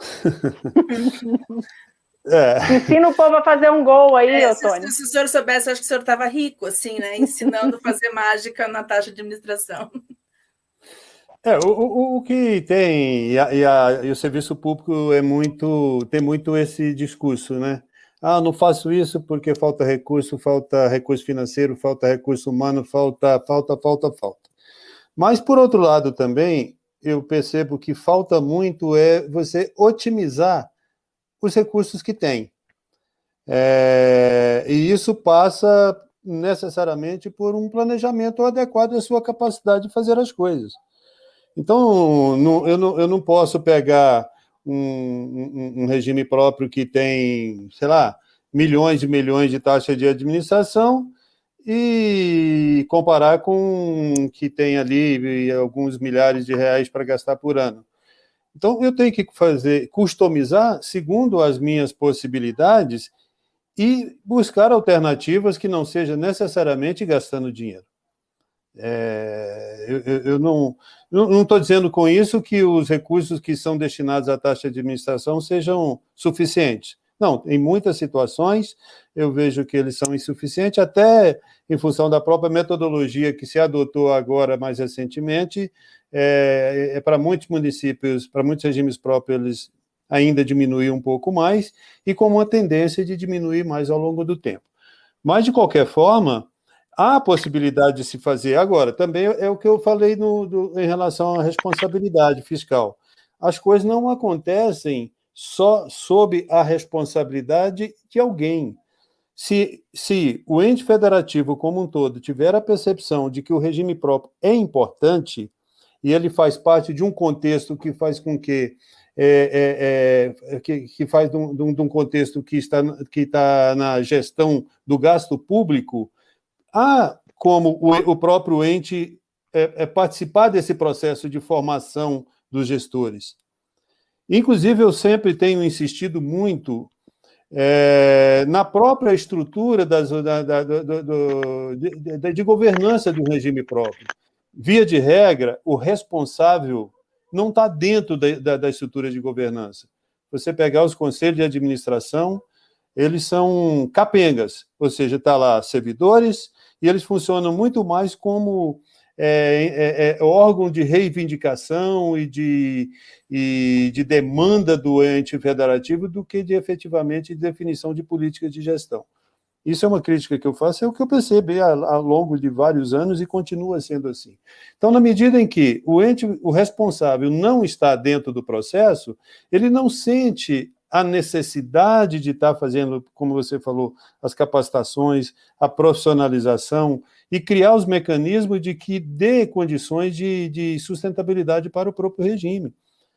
É. Ensina o povo a fazer um gol aí, é, Otônio. Se, se o senhor soubesse, acho que o senhor estava rico, assim, né? Ensinando a fazer mágica na taxa de administração. É, o, o, o que tem, e, a, e, a, e o serviço público é muito, tem muito esse discurso, né? Ah, não faço isso porque falta recurso, falta recurso financeiro, falta recurso humano, falta, falta, falta, falta. Mas, por outro lado, também, eu percebo que falta muito é você otimizar os recursos que tem. É, e isso passa necessariamente por um planejamento adequado à sua capacidade de fazer as coisas. Então, não, eu, não, eu não posso pegar um, um, um regime próprio que tem, sei lá, milhões e milhões de taxa de administração e comparar com que tem ali alguns milhares de reais para gastar por ano. Então, eu tenho que fazer, customizar segundo as minhas possibilidades e buscar alternativas que não seja necessariamente gastando dinheiro. É, eu, eu, eu não estou dizendo com isso que os recursos que são destinados à taxa de administração sejam suficientes. Não, em muitas situações eu vejo que eles são insuficientes, até em função da própria metodologia que se adotou agora mais recentemente, é, é para muitos municípios, para muitos regimes próprios, eles ainda diminuíram um pouco mais, e com uma tendência de diminuir mais ao longo do tempo. Mas, de qualquer forma, há a possibilidade de se fazer. Agora, também é o que eu falei no, do, em relação à responsabilidade fiscal. As coisas não acontecem só sob a responsabilidade de alguém. Se, se o ente federativo como um todo tiver a percepção de que o regime próprio é importante, e ele faz parte de um contexto que faz com que É, é, é, que, que faz de um, de um contexto que está, que está na gestão do gasto público, há como o, o próprio ente é, é participar desse processo de formação dos gestores. Inclusive, eu sempre tenho insistido muito é, na própria estrutura das, da, da, do, do, de, de governança do regime próprio. Via de regra, o responsável não está dentro da, da, da estrutura de governança. Você pegar os conselhos de administração, eles são capengas, ou seja, está lá servidores, e eles funcionam muito mais como é, é, é, órgão de reivindicação e de, e de demanda do ente federativo do que de efetivamente de definição de políticas de gestão. Isso é uma crítica que eu faço, é o que eu percebi ao longo de vários anos e continua sendo assim. Então, na medida em que o ente, o responsável não está dentro do processo, ele não sente a necessidade de estar fazendo, como você falou, as capacitações, a profissionalização e criar os mecanismos de que dê condições de, de sustentabilidade para o próprio regime.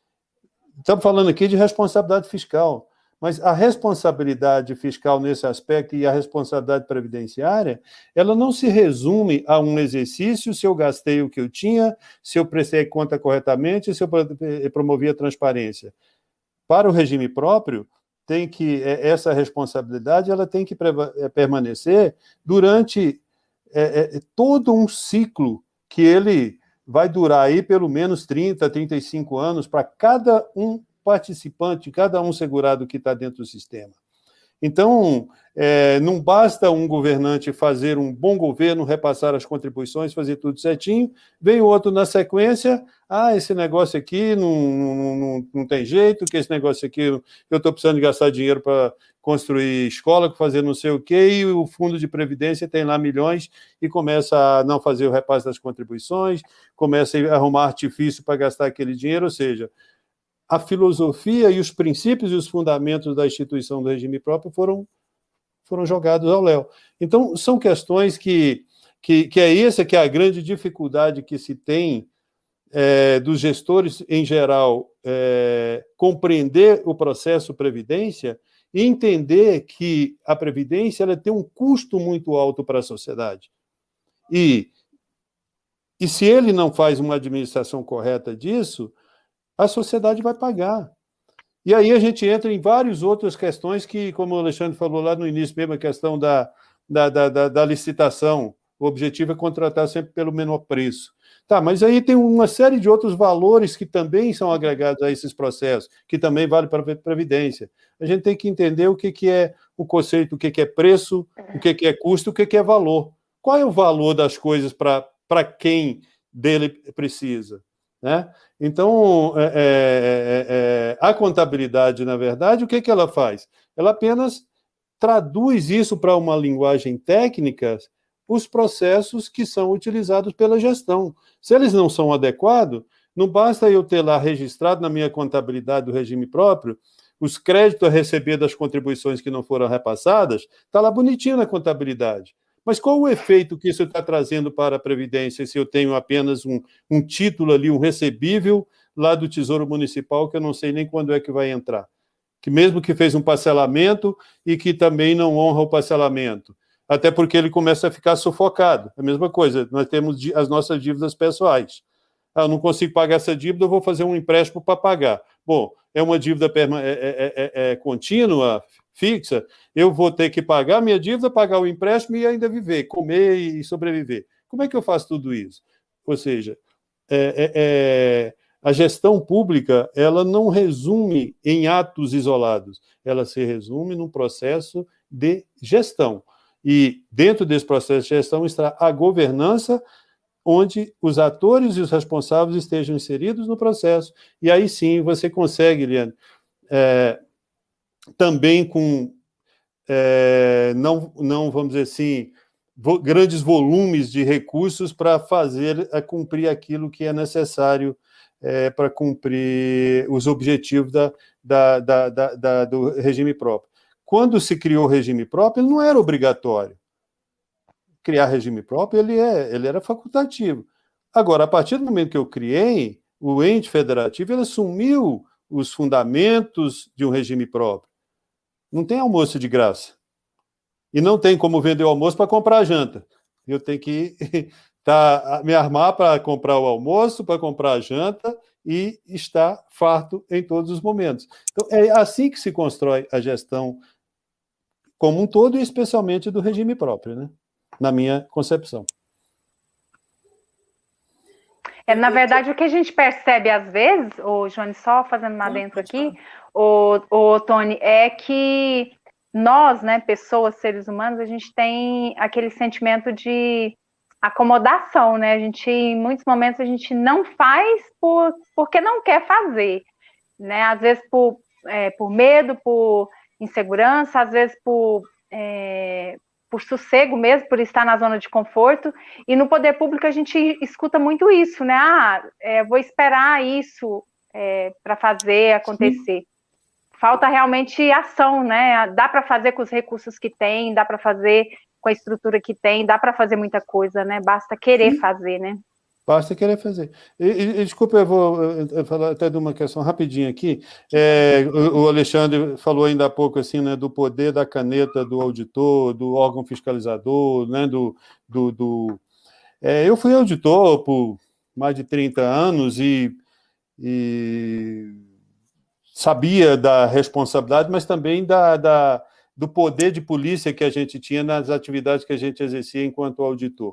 Estamos falando aqui de responsabilidade fiscal. Mas a responsabilidade fiscal nesse aspecto e a responsabilidade previdenciária, ela não se resume a um exercício se eu gastei o que eu tinha, se eu prestei conta corretamente, se eu promovi a transparência. Para o regime próprio, tem que essa responsabilidade ela tem que permanecer durante é, é, todo um ciclo que ele vai durar aí pelo menos trinta, trinta e cinco anos para cada um participante, cada um segurado que está dentro do sistema. Então, é, não basta um governante fazer um bom governo, repassar as contribuições, fazer tudo certinho, vem o outro na sequência, ah, esse negócio aqui não, não, não, não tem jeito, que esse negócio aqui, eu estou precisando de gastar dinheiro para construir escola, fazer não sei o quê, e o fundo de previdência tem lá milhões e começa a não fazer o repasse das contribuições, começa a arrumar artifício para gastar aquele dinheiro, ou seja, a filosofia e os princípios e os fundamentos da instituição do regime próprio foram, foram jogados ao léu. Então, são questões que, que, que é essa que é a grande dificuldade que se tem é, dos gestores, em geral, é, compreender o processo Previdência e entender que a Previdência ela tem um custo muito alto para a sociedade. E, e se ele não faz uma administração correta disso, a sociedade vai pagar. E aí a gente entra em várias outras questões que, como o Alexandre falou lá no início mesmo, a questão da, da, da, da, da licitação. O objetivo é contratar sempre pelo menor preço. Tá, mas aí tem uma série de outros valores que também são agregados a esses processos, que também vale para a Previdência. A gente tem que entender o que, que é o conceito, o que, que é preço, o que, que é custo, o que, que é valor. Qual é o valor das coisas para quem dele precisa? Né? Então, é, é, é, a contabilidade, na verdade, o que, que ela faz? Ela apenas traduz isso para uma linguagem técnica, os processos que são utilizados pela gestão. Se eles não são adequados, não basta eu ter lá registrado na minha contabilidade do regime próprio os créditos a receber das contribuições que não foram repassadas, está lá bonitinho na contabilidade. Mas qual o efeito que isso está trazendo para a Previdência se eu tenho apenas um, um título ali, um recebível lá do Tesouro Municipal, que eu não sei nem quando é que vai entrar? Que mesmo que fez um parcelamento e que também não honra o parcelamento. Até porque ele começa a ficar sufocado. A mesma coisa, nós temos as nossas dívidas pessoais. Ah, eu não consigo pagar essa dívida, eu vou fazer um empréstimo para pagar. Bom, é uma dívida perma- é, é, é, é contínua, fixa, eu vou ter que pagar a minha dívida, pagar o empréstimo e ainda viver, comer e sobreviver. Como é que eu faço tudo isso? Ou seja, é, é, é, a gestão pública, ela não resume em atos isolados, ela se resume num processo de gestão. E dentro desse processo de gestão está a governança, onde os atores e os responsáveis estejam inseridos no processo, e aí sim você consegue, Eliane, é, também com, é, não, não, vamos dizer assim, vo, grandes volumes de recursos para fazer, a cumprir aquilo que é necessário é, para cumprir os objetivos da, da, da, da, da, do regime próprio. Quando se criou o regime próprio, ele não era obrigatório. Criar regime próprio, ele, é, ele era facultativo. Agora, a partir do momento que eu criei, o ente federativo, ele assumiu os fundamentos de um regime próprio. Não tem almoço de graça. E não tem como vender o almoço para comprar a janta. Eu tenho que tá, me armar para comprar o almoço, para comprar a janta e estar farto em todos os momentos. Então, é assim que se constrói a gestão como um todo, e especialmente do regime próprio, né? Na minha concepção. É, na verdade, o que a gente percebe às vezes, o Joane, só fazendo uma adentro aqui, o, o Tony, é que nós, né, pessoas, seres humanos, a gente tem aquele sentimento de acomodação, né? A gente, em muitos momentos, a gente não faz por, porque não quer fazer, né? Às vezes por, é, por medo, por insegurança, às vezes por... É, por sossego mesmo, por estar na zona de conforto, e no poder público a gente escuta muito isso, né? Ah, é, vou esperar isso é, para fazer acontecer. Sim. Falta realmente ação, né? Dá para fazer com os recursos que tem, dá para fazer com a estrutura que tem, dá para fazer muita coisa, né? Basta querer Sim. fazer, né? Basta querer fazer. E, e, desculpa, eu vou eu falar até de uma questão rapidinho aqui. É, o, o Alexandre falou ainda há pouco assim, né, do poder da caneta do auditor, do órgão fiscalizador, né, do... do, do é, eu fui auditor por mais de trinta anos e, e sabia da responsabilidade, mas também da, da, do poder de polícia que a gente tinha nas atividades que a gente exercia enquanto auditor.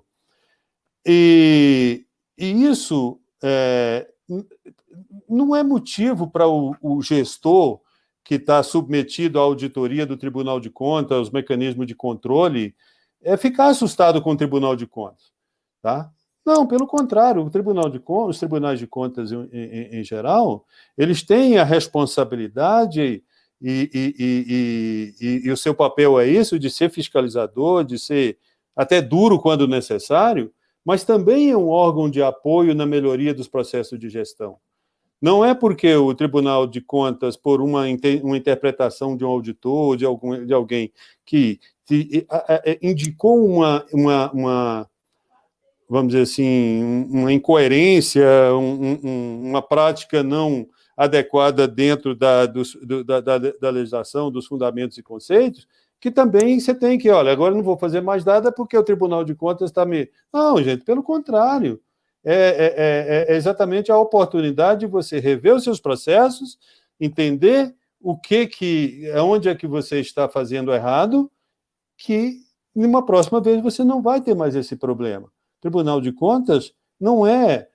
E... E isso é, não é motivo para o, o gestor que está submetido à auditoria do Tribunal de Contas, aos mecanismos de controle, é ficar assustado com o Tribunal de Contas. Tá? Não, pelo contrário, o Tribunal de Contas, os tribunais de contas em, em, em geral, eles têm a responsabilidade e, e, e, e, e o seu papel é isso, de ser fiscalizador, de ser até duro quando necessário, mas também é um órgão de apoio na melhoria dos processos de gestão. Não é porque o Tribunal de Contas, por uma, uma interpretação de um auditor, de, algum, de alguém que, que a, a, indicou uma, uma, uma, vamos dizer assim, uma incoerência, um, um, uma prática não adequada dentro da, dos, do, da, da, da legislação, dos fundamentos e conceitos, que também você tem que, olha, agora não vou fazer mais nada porque o Tribunal de Contas está me... Não, gente, pelo contrário. É, é, é, é exatamente a oportunidade de você rever os seus processos, entender o que que, onde é que você está fazendo errado, que numa próxima vez você não vai ter mais esse problema. O Tribunal de Contas não é,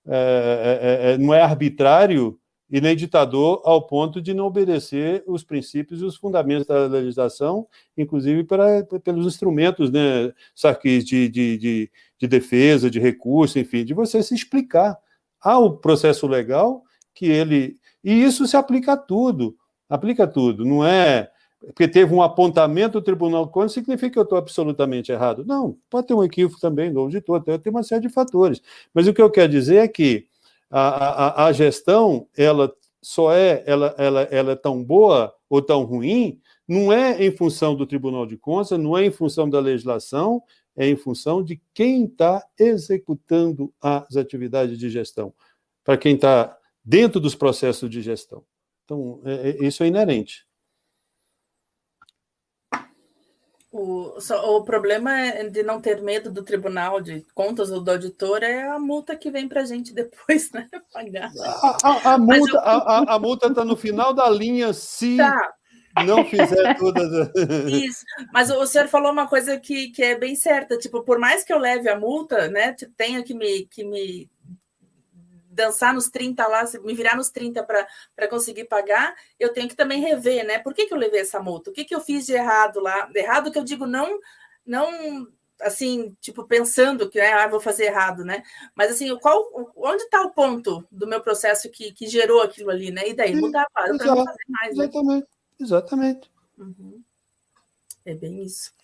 é, é, não é arbitrário e nem ditador ao ponto de não obedecer os princípios e os fundamentos da legislação, inclusive para, pelos instrumentos, né, Sarkis, de, de, de, de defesa, de recurso, enfim, de você se explicar. Há o processo legal que ele... E isso se aplica a tudo, aplica a tudo, não é... Porque teve um apontamento do Tribunal de Contas, significa que eu estou absolutamente errado. Não, pode ter um equívoco também do auditor, tem uma série de fatores. Mas o que eu quero dizer é que A, a, a gestão, ela só é, ela, ela, ela é tão boa ou tão ruim, não é em função do Tribunal de Contas, não é em função da legislação, é em função de quem está executando as atividades de gestão, para quem está dentro dos processos de gestão. Então, é, é, isso é inerente. O, só, o problema de não ter medo do Tribunal de Contas ou do auditor é a multa que vem para a gente depois, né? Pagar. A, a, a multa eu... a, a, a multa está no final da linha se tá. não fizer todas. Isso. Mas o senhor falou uma coisa que, que é bem certa. Tipo, por mais que eu leve a multa, né? Tenha que me, que me dançar nos trinta lá, me virar nos trinta para conseguir pagar, eu tenho que também rever, né? Por que, que eu levei essa multa? O que, que eu fiz de errado lá? De errado que eu digo não, não assim, tipo, pensando que né, ah, vou fazer errado, né? Mas assim, qual, onde está o ponto do meu processo que, que gerou aquilo ali, né? E daí Sim, mudar para não fazer mais. Exatamente, né? Exatamente. Uhum. É bem isso.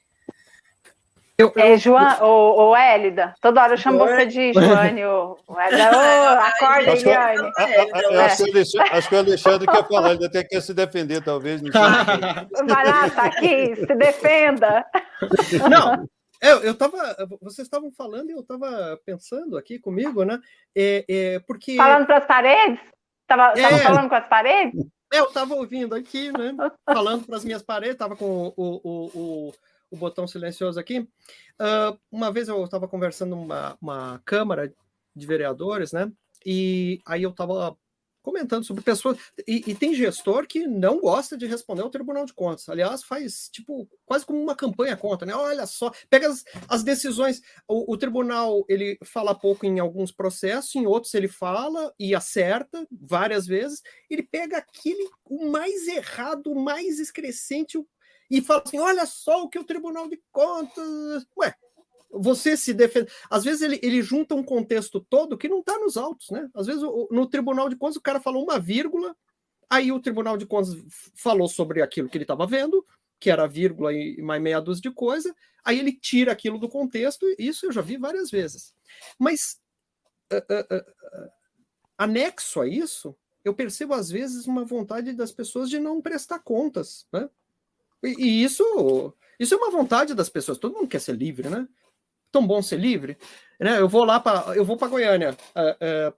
Eu, eu, é, Joan, eu... ô, ô Hélida, toda hora eu chamo Oi. você de Joane, ô, Hélida, ô, acorda, Eliane. Acho que o Alexandre quer falar, ele até quer se defender, talvez. Não sei. Vai lá, tá aqui, se defenda. Não, eu, eu tava, vocês estavam falando e eu estava pensando aqui comigo, né? É, é, porque... Falando para as paredes? Estava é, falando com as paredes? Eu estava ouvindo aqui, né? Falando para as minhas paredes, estava com o... o, o o botão silencioso aqui. Uh, uma vez eu estava conversando numa uma Câmara de Vereadores, né? E aí eu estava comentando sobre pessoas... E, e tem gestor que não gosta de responder ao Tribunal de Contas. Aliás, faz, tipo, quase como uma campanha contra, né? Olha só, pega as, as decisões... O, o Tribunal, ele fala pouco em alguns processos, em outros ele fala e acerta várias vezes. Ele pega aquele, o mais errado, o mais excrescente, o e fala assim, olha só o que o Tribunal de Contas... Ué, você se defende... Às vezes ele, ele junta um contexto todo que não está nos autos, né? Às vezes no Tribunal de Contas o cara falou uma vírgula, aí o Tribunal de Contas falou sobre aquilo que ele estava vendo, que era vírgula e mais meia dúzia de coisa, aí ele tira aquilo do contexto, e isso eu já vi várias vezes. Mas, uh, uh, uh, anexo a isso, eu percebo às vezes uma vontade das pessoas de não prestar contas, né? E isso, isso é uma vontade das pessoas. Todo mundo quer ser livre, né? Tão bom ser livre, né? Eu vou lá para, eu vou para Goiânia uh, uh,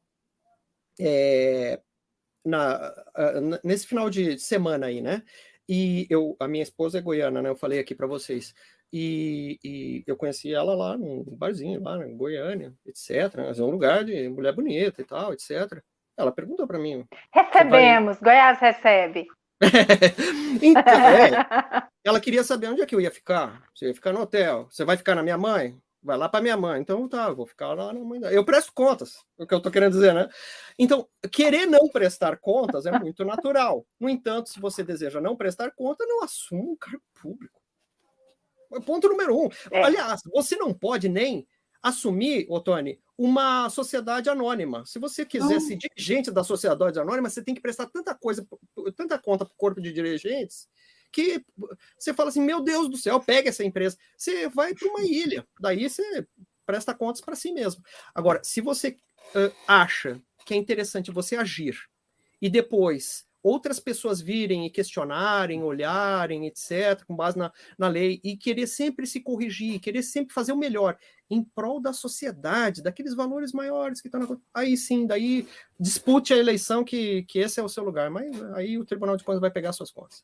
é, na, uh, nesse final de semana aí, né? E eu, a minha esposa é goiana, né? Eu falei aqui para vocês. E, e eu conheci ela lá num barzinho lá em Goiânia, etcétera. É um lugar de mulher bonita e tal, etcétera. Ela perguntou para mim. Recebemos, vai... Goiás recebe. Então, é, ela queria saber onde é que eu ia ficar. Você ia ficar no hotel? Você vai ficar na minha mãe? Vai lá para minha mãe. Então tá, eu vou ficar lá na mãe dela. Eu presto contas, é o que eu tô querendo dizer, né? Então, querer não prestar contas é muito natural. No entanto, se você deseja não prestar conta, não assuma um cargo público. Ponto número um. É. Aliás, você não pode nem assumir, Otônio, uma sociedade anônima. Se você quiser ser dirigente da sociedade anônima, você tem que prestar tanta coisa, tanta conta para o corpo de dirigentes, que você fala assim, meu Deus do céu, pega essa empresa. Você vai para uma ilha, daí você presta contas para si mesmo. Agora, se você uh, acha que é interessante você agir e depois outras pessoas virem e questionarem, olharem, etcétera, com base na, na lei, e querer sempre se corrigir, querer sempre fazer o melhor, em prol da sociedade, daqueles valores maiores que estão na... Aí sim, daí dispute a eleição que, que esse é o seu lugar, mas aí o Tribunal de Contas vai pegar suas contas.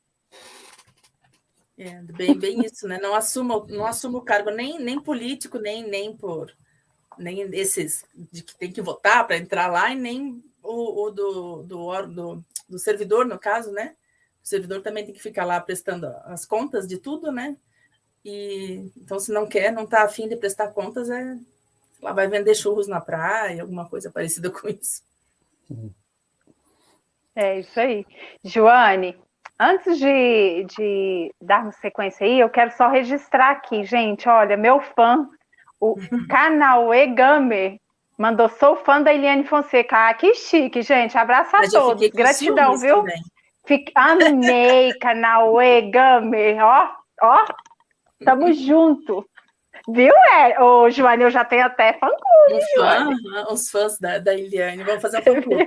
É, bem, bem isso, né? Não assuma, não assuma o cargo nem, nem político, nem, nem por nem esses de que tem que votar para entrar lá, e nem o, o do, do, do, do servidor, no caso, né? O servidor também tem que ficar lá prestando as contas de tudo, né? E então, se não quer, não está afim de prestar contas, é lá vai vender churros na praia, alguma coisa parecida com isso. É isso aí. Joane, antes de, de darmos sequência aí, eu quero só registrar aqui, gente, olha, meu fã, o Cauê Gamer, mandou, sou fã da Eliane Fonseca. Ah, que chique, gente. Abraço a todos. Gratidão, viu? Fique... Amei, Cauê Gamer. Ó, ó, tamo junto. Viu, é? Ô, Joane, eu já tenho até fã-clube, um fã, os fãs da, da Eliane. Vamos fazer um fã-clube.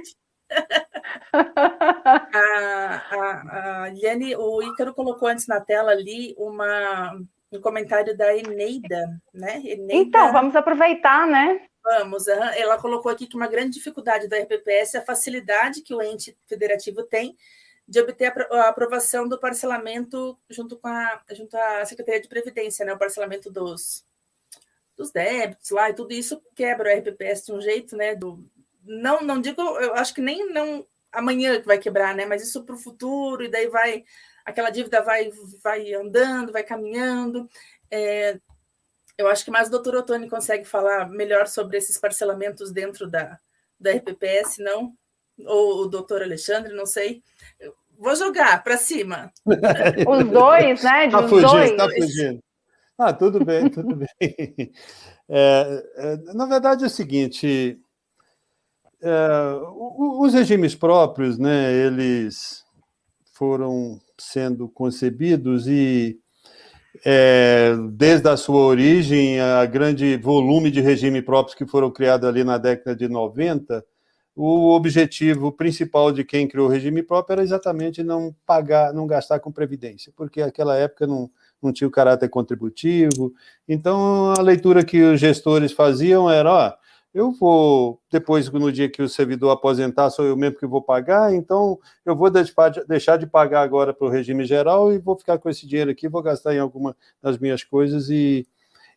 a, a, a Eliane, o Ícaro colocou antes na tela ali uma... um comentário da Eneida, né? Eneida... Então, vamos aproveitar, né? Vamos. Ela colocou aqui que uma grande dificuldade da R P P S é a facilidade que o ente federativo tem de obter a aprovação do parcelamento junto com a, junto à Secretaria de Previdência, né? O parcelamento dos, dos débitos lá, e tudo isso quebra o R P P S de um jeito, né? Do, não, não digo, eu acho que nem não amanhã que vai quebrar, né? Mas isso para o futuro, e daí vai, aquela dívida vai, vai andando, vai caminhando. É, eu acho que mais o doutor Ottoni consegue falar melhor sobre esses parcelamentos dentro da, da R P P S, não? Ou o doutor Alexandre, não sei. Eu vou jogar para cima. Os dois, né? Está fugindo, dois. Está fugindo. Ah, tudo bem, tudo bem. É, é, na verdade é o seguinte, é, os regimes próprios, né, eles foram sendo concebidos e É, desde a sua origem, a grande volume de regime próprios que foram criados ali na década de noventa, o objetivo principal de quem criou o regime próprio era exatamente não pagar, não gastar com previdência, porque naquela época não, não tinha o caráter contributivo. Então, a leitura que os gestores faziam era, ó, eu vou, depois, no dia que o servidor aposentar, sou eu mesmo que vou pagar, então eu vou deixar de pagar agora para o regime geral e vou ficar com esse dinheiro aqui, vou gastar em alguma das minhas coisas e,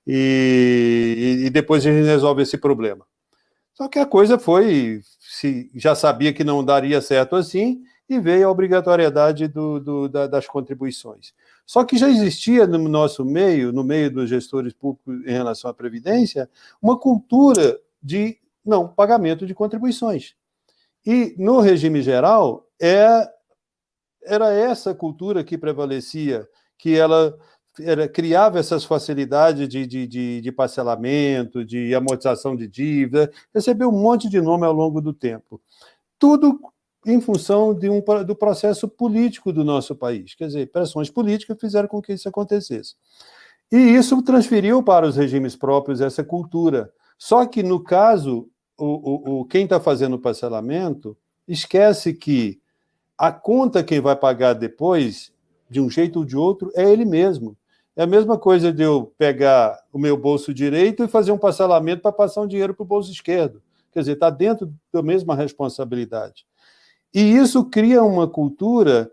e, e depois a gente resolve esse problema. Só que a coisa foi, se já sabia que não daria certo assim, e veio a obrigatoriedade do, do, da, das contribuições. Só que já existia no nosso meio, no meio dos gestores públicos em relação à Previdência, uma cultura de não pagamento de contribuições. E, no regime geral, é, era essa cultura que prevalecia, que ela era, criava essas facilidades de, de, de, de parcelamento, de amortização de dívida, recebeu um monte de nome ao longo do tempo. Tudo em função de um, do processo político do nosso país. Quer dizer, pressões políticas fizeram com que isso acontecesse. E isso transferiu para os regimes próprios essa cultura. Só que, no caso, o, o, o, quem está fazendo o parcelamento esquece que a conta quem vai pagar depois, de um jeito ou de outro, é ele mesmo. É a mesma coisa de eu pegar o meu bolso direito e fazer um parcelamento para passar um dinheiro para o bolso esquerdo. Quer dizer, está dentro da mesma responsabilidade. E isso cria uma cultura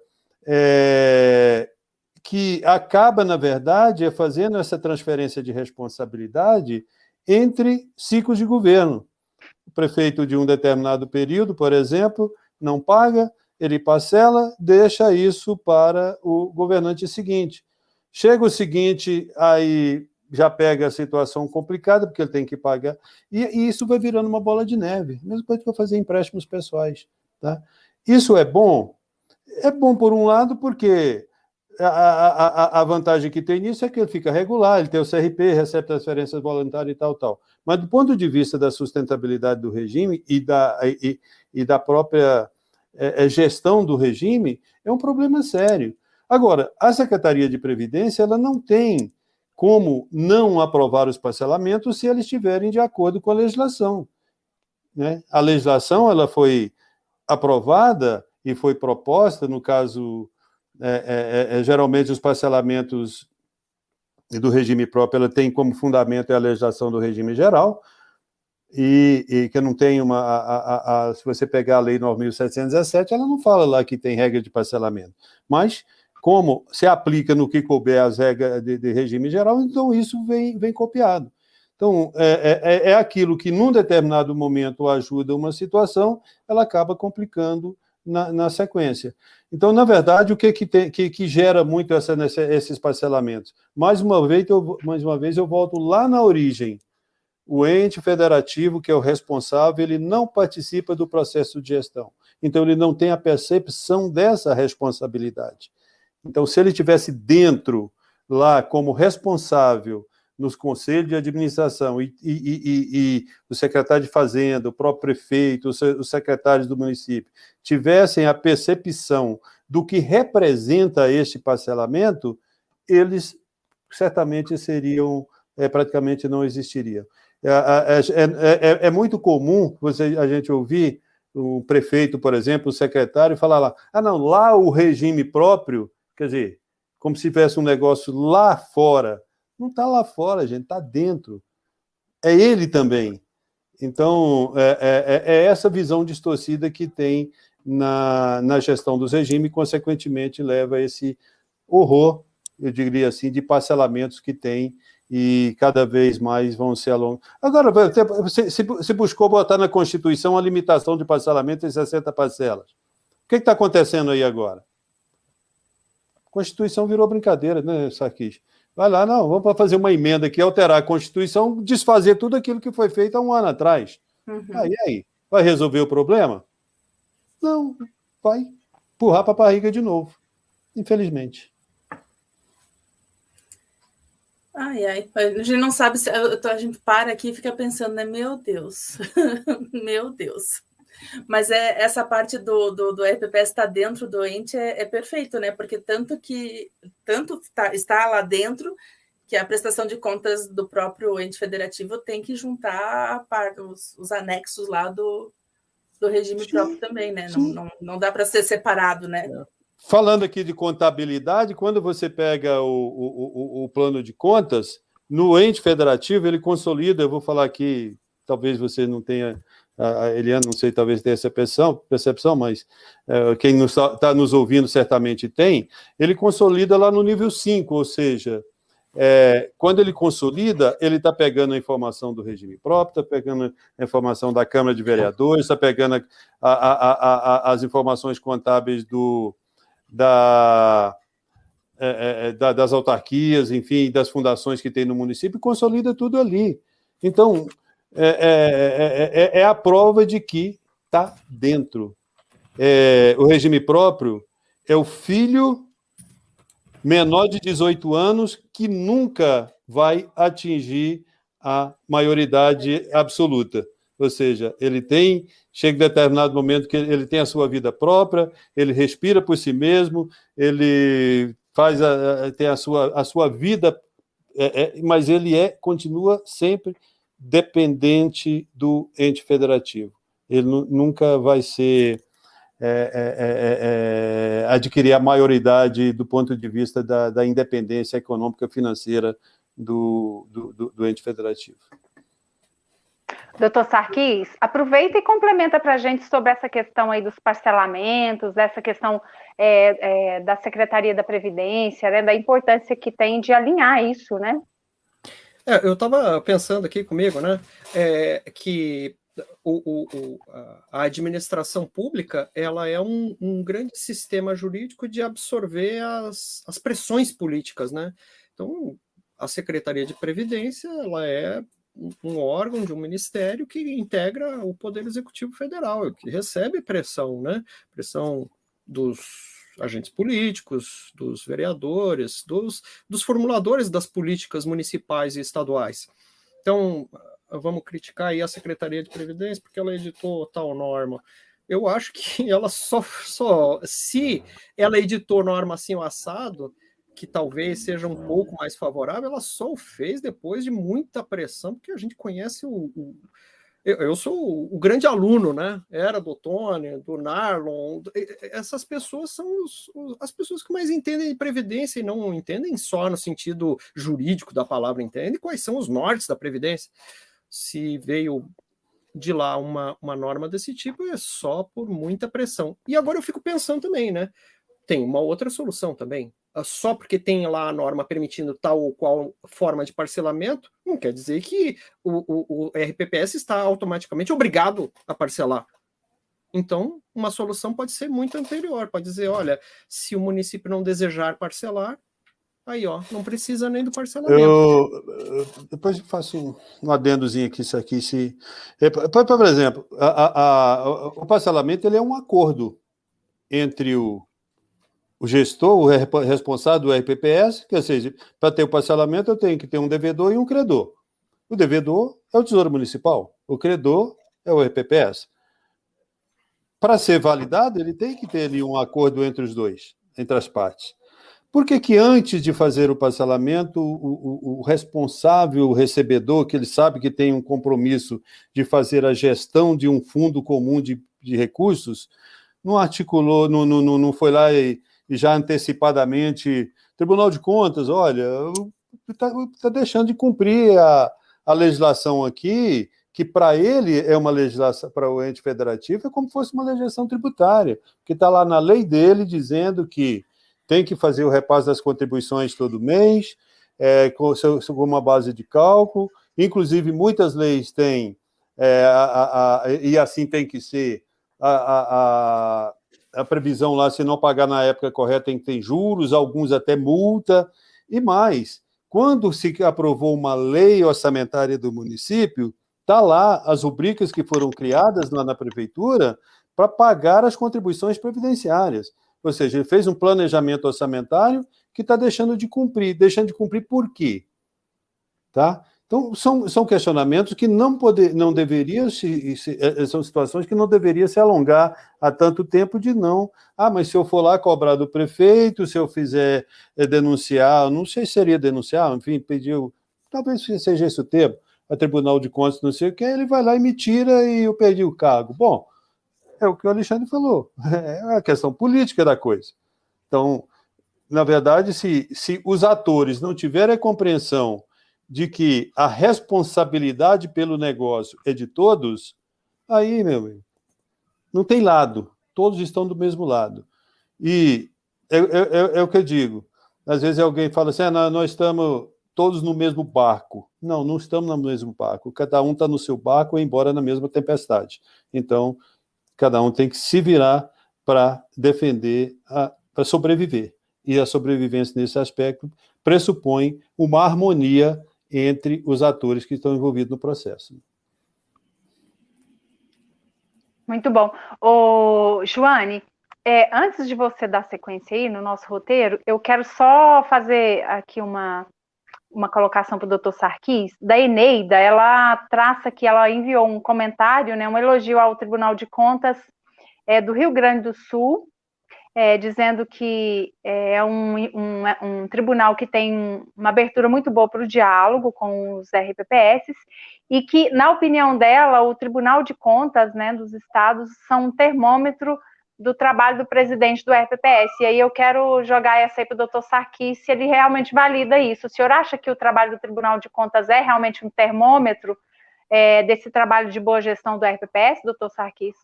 é, que acaba, na verdade, fazendo essa transferência de responsabilidade entre ciclos de governo. O prefeito de um determinado período, por exemplo, não paga, ele parcela, deixa isso para o governante seguinte. Chega o seguinte, aí já pega a situação complicada, porque ele tem que pagar, e, e isso vai virando uma bola de neve. Mesma coisa que eu fazer empréstimos pessoais. Tá? Isso é bom? É bom, por um lado, porque a, a, a vantagem que tem nisso é que ele fica regular, ele tem o C R P, recebe transferências voluntárias e tal, tal. Mas, do ponto de vista da sustentabilidade do regime e da, e, e da própria é, gestão do regime, é um problema sério. Agora, a Secretaria de Previdência ela não tem como não aprovar os parcelamentos se eles estiverem de acordo com a legislação. Né? A legislação ela foi aprovada e foi proposta, no caso, é, é, é, geralmente os parcelamentos do regime próprio, ela tem como fundamento a legislação do regime geral, e, e que não tem uma... A, a, a, se você pegar a Lei nove mil setecentos e dezessete, ela não fala lá que tem regra de parcelamento, mas como se aplica no que couber as regras de, de regime geral, então isso vem, vem copiado. Então, é, é, é aquilo que, num determinado momento, ajuda uma situação, ela acaba complicando na, na sequência. Então, na verdade, o que, que, tem, que, que gera muito essa, esses parcelamentos? Mais uma, vez, eu, mais uma vez, eu volto lá na origem. O ente federativo, que é o responsável, ele não participa do processo de gestão. Então, ele não tem a percepção dessa responsabilidade. Então, se ele estivesse dentro, lá, como responsável, nos conselhos de administração, e, e, e, e o secretário de Fazenda, o próprio prefeito, os, os secretários do município, tivessem a percepção do que representa este parcelamento, eles certamente seriam, é, praticamente não existiriam. É, é, é, é muito comum você, a gente ouvir o prefeito, por exemplo, o secretário, falar lá, ah, não, lá o regime próprio, quer dizer, como se tivesse um negócio lá fora. Não está lá fora, gente, está dentro. É ele também. Então, é, é, é essa visão distorcida que tem na, na gestão dos regimes e, consequentemente, leva a esse horror, eu diria assim, de parcelamentos que tem e cada vez mais vão ser alongados. Agora, você se, se buscou botar na Constituição a limitação de parcelamento em sessenta parcelas. O que está acontecendo aí agora? A Constituição virou brincadeira, né, Sarkis? Vai lá, não, vamos fazer uma emenda aqui, alterar a Constituição, desfazer tudo aquilo que foi feito há um ano atrás. Uhum. Aí, aí, vai resolver o problema? Não, vai empurrar para a barriga de novo, infelizmente. Ai, ai, a gente não sabe, se a gente para aqui e fica pensando, né? Meu Deus, meu Deus. Mas é, essa parte do, do, do R P P S estar dentro do ente é, é perfeito, né? Porque tanto que tanto tá, está lá dentro que a prestação de contas do próprio ente federativo tem que juntar a par, os, os anexos lá do, do regime Sim. próprio também, né? Não, não, não dá para ser separado, né? É. Falando aqui de contabilidade, quando você pega o, o, o, o plano de contas, no ente federativo ele consolida, eu vou falar aqui, talvez você não tenha, a Eliana, não sei, talvez tenha essa percepção, percepção mas é, quem está nos ouvindo certamente tem, ele consolida lá no nível cinco, ou seja, é, quando ele consolida, ele está pegando a informação do regime próprio, está pegando a informação da Câmara de Vereadores, está pegando a, a, a, a, as informações contábeis do Da, é, é, da, das autarquias, enfim, das fundações que tem no município, consolida tudo ali. Então, é, é, é, é a prova de que está dentro. É, o regime próprio é o filho menor de dezoito anos que nunca vai atingir a maioridade absoluta. Ou seja, ele tem, chega em determinado momento que ele tem a sua vida própria, ele respira por si mesmo, ele faz a, tem a sua, a sua vida, é, é, mas ele é, continua sempre dependente do ente federativo. Ele nunca vai ser é, é, é, é, adquirir a maioridade do ponto de vista da, da independência econômica financeira do, do, do, do ente federativo. Doutor Sarkis, aproveita e complementa para a gente sobre essa questão aí dos parcelamentos, dessa questão é, é, da Secretaria da Previdência, né, da importância que tem de alinhar isso, né? É, eu estava pensando aqui comigo, né, é, que o, o, a administração pública ela é um, um grande sistema jurídico de absorver as, as pressões políticas, né? Então, a Secretaria de Previdência ela é um órgão de um ministério que integra o Poder Executivo Federal, que recebe pressão, né? Pressão dos agentes políticos, dos vereadores, dos, dos formuladores das políticas municipais e estaduais. Então, vamos criticar aí a Secretaria de Previdência porque ela editou tal norma. Eu acho que ela só, só se ela editou norma assim o assado, que talvez seja um pouco mais favorável, ela só o fez depois de muita pressão, porque a gente conhece o... o eu, eu sou o, o grande aluno, né? Era do Tony, do Narlon, essas pessoas são os, os, as pessoas que mais entendem de Previdência e não entendem só no sentido jurídico da palavra, entendem quais são os nortes da Previdência. Se veio de lá uma, uma norma desse tipo, é só por muita pressão. E agora eu fico pensando também, né? Tem uma outra solução também. Só porque tem lá a norma permitindo tal ou qual forma de parcelamento, não quer dizer que o, o, o R P P S está automaticamente obrigado a parcelar. Então, uma solução pode ser muito anterior, pode dizer, olha, se o município não desejar parcelar, aí, ó, não precisa nem do parcelamento. Eu, depois eu faço um, um adendozinho aqui, isso aqui, se... Por exemplo, a, a, a, o parcelamento ele é um acordo entre o o gestor, o responsável do R P P S, que, ou seja, para ter o parcelamento eu tenho que ter um devedor e um credor. O devedor é o Tesouro Municipal, o credor é o R P P S. Para ser validado, ele tem que ter ali um acordo entre os dois, entre as partes. Por que que antes de fazer o parcelamento, o, o, o responsável, o recebedor, que ele sabe que tem um compromisso de fazer a gestão de um fundo comum de, de recursos, não articulou, não, não, não foi lá e e já antecipadamente, Tribunal de Contas, olha, está tá deixando de cumprir a, a legislação aqui, que para ele é uma legislação, para o ente federativo, é como se fosse uma legislação tributária, que está lá na lei dele dizendo que tem que fazer o repasse das contribuições todo mês, é, com, com uma base de cálculo, inclusive muitas leis têm, é, a, a, a, e assim tem que ser, a, a, a previsão lá, se não pagar na época correta, tem que ter juros, alguns até multa, e mais, quando se aprovou uma lei orçamentária do município, está lá as rubricas que foram criadas lá na prefeitura para pagar as contribuições previdenciárias. Ou seja, ele fez um planejamento orçamentário que está deixando de cumprir. Deixando de cumprir por quê? Tá? Então, são, são questionamentos que não, poder, não deveriam se, se... São situações que não deveriam se alongar há tanto tempo de não... Ah, mas se eu for lá cobrar do prefeito, se eu fizer é, denunciar, não sei se seria denunciar, enfim, pediu... Talvez seja esse o termo, a Tribunal de Contas, não sei o que, ele vai lá e me tira e eu perdi o cargo. Bom, é o que o Alexandre falou, é a questão política da coisa. Então, na verdade, se, se os atores não tiverem a compreensão de que a responsabilidade pelo negócio é de todos, aí, meu amigo, não tem lado, todos estão do mesmo lado. E é, é, é o que eu digo, às vezes alguém fala assim, ah, nós estamos todos no mesmo barco. Não, não estamos no mesmo barco, cada um está no seu barco, embora na mesma tempestade. Então, cada um tem que se virar para defender, para sobreviver. E a sobrevivência nesse aspecto pressupõe uma harmonia entre os atores que estão envolvidos no processo. Muito bom. Ô, Joane, é, antes de você dar sequência aí no nosso roteiro, eu quero só fazer aqui uma, uma colocação para o doutor Sarkis. Da Eneida, ela traça que ela enviou um comentário, né, um elogio ao Tribunal de Contas é, do Rio Grande do Sul, É, dizendo que é um, um, um tribunal que tem uma abertura muito boa para o diálogo com os R P P S e que, na opinião dela, o Tribunal de Contas, né, dos estados são um termômetro do trabalho do presidente do R P P S. E aí eu quero jogar essa aí para o doutor Sarkis, se ele realmente valida isso. O senhor acha que o trabalho do Tribunal de Contas é realmente um termômetro é, desse trabalho de boa gestão do R P P S, doutor Sarkis?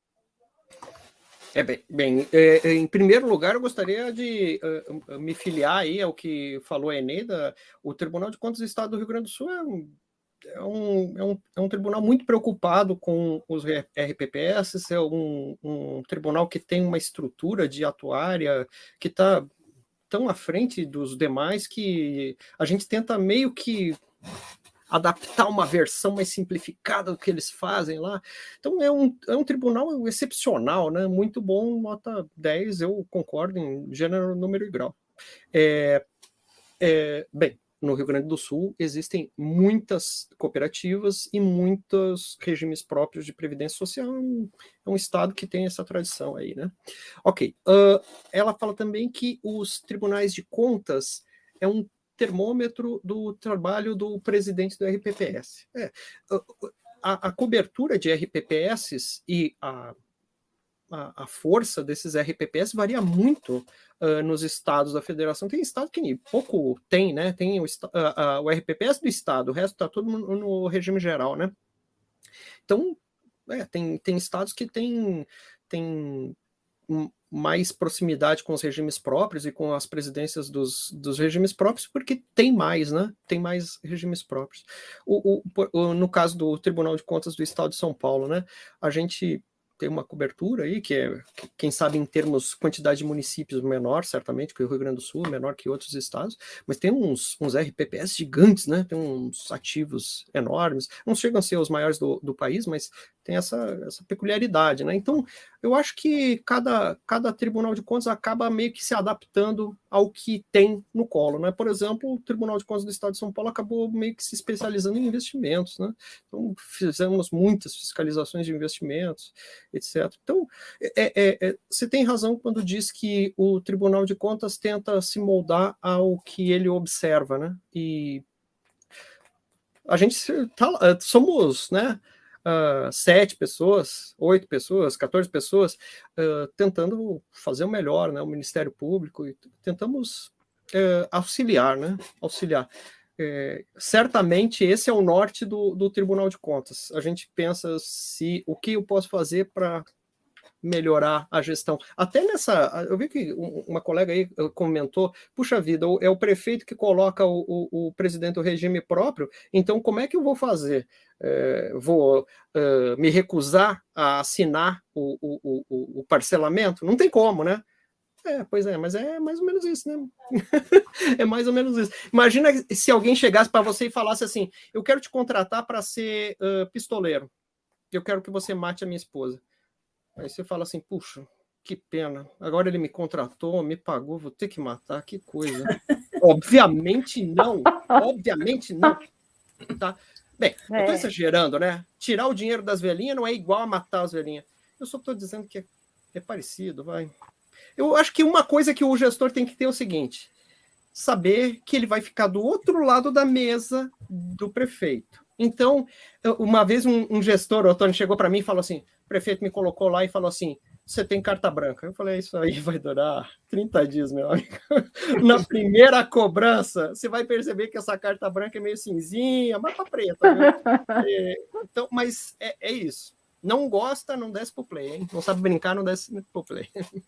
É bem, bem é, em primeiro lugar, eu gostaria de uh, me filiar aí ao que falou a Eneida. O Tribunal de Contas do Estado do Rio Grande do Sul é um, é um, é um, é um tribunal muito preocupado com os R P P S, é um, um tribunal que tem uma estrutura de atuária que está tão à frente dos demais que a gente tenta meio que adaptar uma versão mais simplificada do que eles fazem lá. Então é um, é um tribunal excepcional, né? Muito bom, nota dez, eu concordo em gênero, número e grau. É, é, bem, no Rio Grande do Sul existem muitas cooperativas e muitos regimes próprios de previdência social, é um, é um estado que tem essa tradição aí, né? Ok, uh, ela fala também que os tribunais de contas é um termômetro do trabalho do presidente do R P P S. É, a, a cobertura de R P P S e a, a, a força desses R P P S varia muito uh, nos estados da federação. Tem estado que pouco tem, né? Tem o, uh, uh, o R P P S do estado, o resto está todo no, no regime geral, né? Então, é, tem, tem estados que tem, tem um, mais proximidade com os regimes próprios e com as presidências dos, dos regimes próprios, porque tem mais, né? Tem mais regimes próprios. O, o, o, no caso do Tribunal de Contas do Estado de São Paulo, né? A gente tem uma cobertura aí, que é, quem sabe em termos quantidade de municípios menor, certamente, que o Rio Grande do Sul, menor que outros estados, mas tem uns, uns R P P S gigantes, né? Tem uns ativos enormes, não chegam a ser os maiores do, do país, mas tem essa, essa peculiaridade, né? Então, eu acho que cada, cada Tribunal de Contas acaba meio que se adaptando ao que tem no colo, né? Por exemplo, o Tribunal de Contas do Estado de São Paulo acabou meio que se especializando em investimentos, né? Então, fizemos muitas fiscalizações de investimentos, etcétera. Então, é, é, é, você tem razão quando diz que o Tribunal de Contas tenta se moldar ao que ele observa, né? E a gente tá, somos, né? Uh, sete pessoas, oito pessoas, quatorze pessoas, uh, tentando fazer o melhor, né? O Ministério Público, e tentamos uh, auxiliar, né? Auxiliar. é, certamente esse é o norte do, do Tribunal de Contas. A gente pensa se o que eu posso fazer para melhorar a gestão. Até nessa, eu vi que uma colega aí comentou, puxa vida, é o prefeito que coloca o, o, o presidente do regime próprio, então como é que eu vou fazer? É, vou uh, me recusar a assinar o, o, o, o parcelamento? Não tem como, né? É, pois é, mas é mais ou menos isso, né? É mais ou menos isso. Imagina se alguém chegasse para você e falasse assim, eu quero te contratar para ser uh, pistoleiro, eu quero que você mate a minha esposa. Aí você fala assim, puxa, que pena, agora ele me contratou, me pagou, vou ter que matar, que coisa. Obviamente não, obviamente não. Tá? Bem, é. eu tô exagerando, né? Tirar o dinheiro das velhinhas não é igual a matar as velhinhas. Eu só tô dizendo que é, é parecido, vai. Eu acho que uma coisa que o gestor tem que ter é o seguinte, saber que ele vai ficar do outro lado da mesa do prefeito. Então, uma vez um, um gestor, o Antônio, chegou para mim e falou assim, o prefeito me colocou lá e falou assim, você tem carta branca. Eu falei, isso aí vai durar trinta dias, meu amigo. Na primeira cobrança, você vai perceber que essa carta branca é meio cinzinha, mas tá preta. Né? É, então, mas é, é isso. Não gosta, não desce pro play, hein? Não sabe brincar, não desce pro play.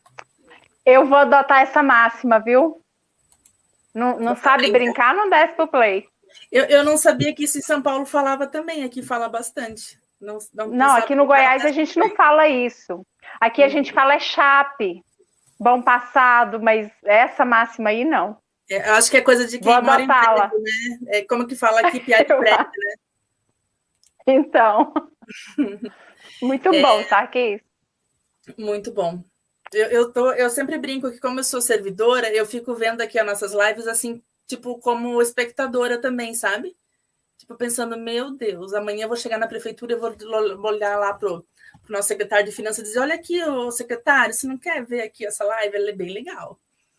Eu vou adotar essa máxima, viu? Não, não sabe brincar, não desce pro play. Eu, eu não sabia que isso em São Paulo falava também, aqui fala bastante. Não, não, não aqui no Goiás a gente não fala isso. Aqui a gente fala é chape, bom passado, mas essa máxima aí não. É, eu acho que é coisa de quem Vou mora em adotá-la. prédio, né? É como que fala aqui, piada de prédio, né? Então, muito é, bom, tá, Cris? Muito bom. Eu, eu, tô, eu sempre brinco que como eu sou servidora, eu fico vendo aqui as nossas lives assim, tipo, como espectadora também, sabe? Tipo, pensando, meu Deus, amanhã eu vou chegar na prefeitura e vou olhar lá pro, pro nosso secretário de finanças e dizer, olha aqui, ô secretário, você não quer ver aqui essa live? Ela é bem legal.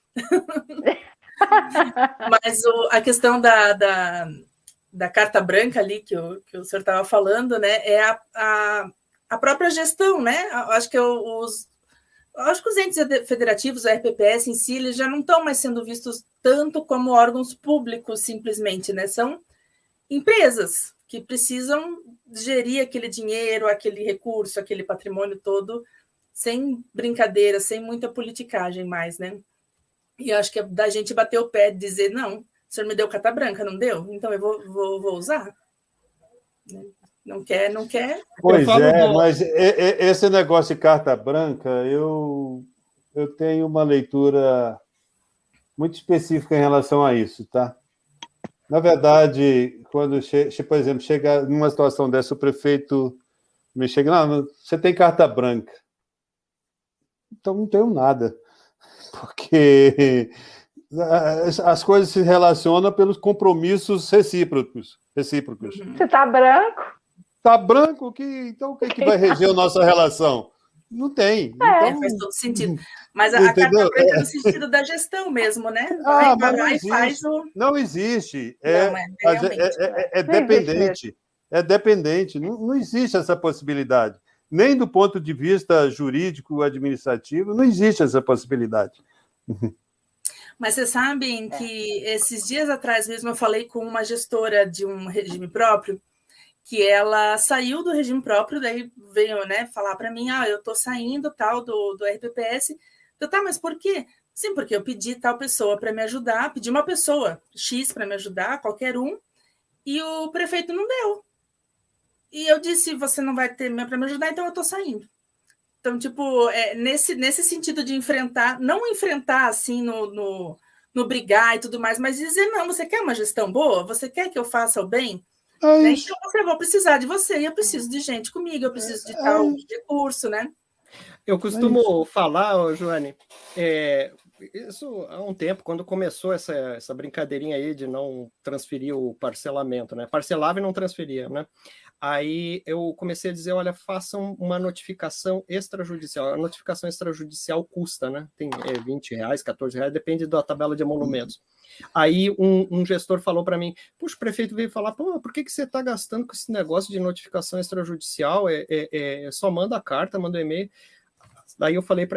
Mas o, a questão da, da, da carta branca ali que o, que o senhor estava falando, né, é a, a, a própria gestão, né? Eu acho que os... Eu acho que os entes federativos, a R P P S em si, eles já não estão mais sendo vistos tanto como órgãos públicos, simplesmente, né? São empresas que precisam gerir aquele dinheiro, aquele recurso, aquele patrimônio todo, sem brincadeira, sem muita politicagem mais, né? E acho que é da gente bater o pé e dizer, não, o senhor me deu carta branca, não deu? Então eu vou, vou, vou usar. Não quer, não quer. Pois é, do... mas esse negócio de carta branca, eu, eu tenho uma leitura muito específica em relação a isso, tá? Na verdade, quando, por exemplo, chega numa situação dessa, o prefeito me chega, não, você tem carta branca. Então não tenho nada, porque as coisas se relacionam pelos compromissos recíprocos. recíprocos. Você está branco? Está branco, que, então o que, que vai reger a nossa relação? Não tem. É, então, faz todo sentido. Mas a, a carta branca é no sentido da gestão mesmo, né? Ah, vai, mas não vai existe. Faz o... Não existe. É, não, é, é, é, é dependente. É dependente. Não, não existe essa possibilidade. Nem do ponto de vista jurídico, administrativo, não existe essa possibilidade. Mas vocês sabem que esses dias atrás mesmo eu falei com uma gestora de um regime próprio, que ela saiu do regime próprio, daí veio, né, falar para mim, ah, eu estou saindo tal do, do R P P S. Eu, tá, mas por quê? Sim, porque eu pedi tal pessoa para me ajudar, pedi uma pessoa X para me ajudar, qualquer um, e o prefeito não deu. E eu disse, você não vai ter para me ajudar, então eu estou saindo. Então, tipo, é, nesse, nesse sentido de enfrentar, não enfrentar assim no, no, no brigar e tudo mais, mas dizer, não, você quer uma gestão boa? Você quer que eu faça o bem? É né? Então, você vai precisar de você, e eu preciso de gente comigo, eu preciso de é tal recurso, né? Eu costumo é falar, Joane, é, isso há um tempo, quando começou essa, essa brincadeirinha aí de não transferir o parcelamento, né? Parcelava e não transferia, né? Aí eu comecei a dizer, olha, façam uma notificação extrajudicial. A notificação extrajudicial custa, né? Tem é, vinte reais, quatorze reais, depende da tabela de emolumentos. Aí um, um gestor falou para mim, puxa, o prefeito veio falar, pô, por que, que você está gastando com esse negócio de notificação extrajudicial? É, é, é, só manda a carta, manda o e-mail. Daí eu falei para ele,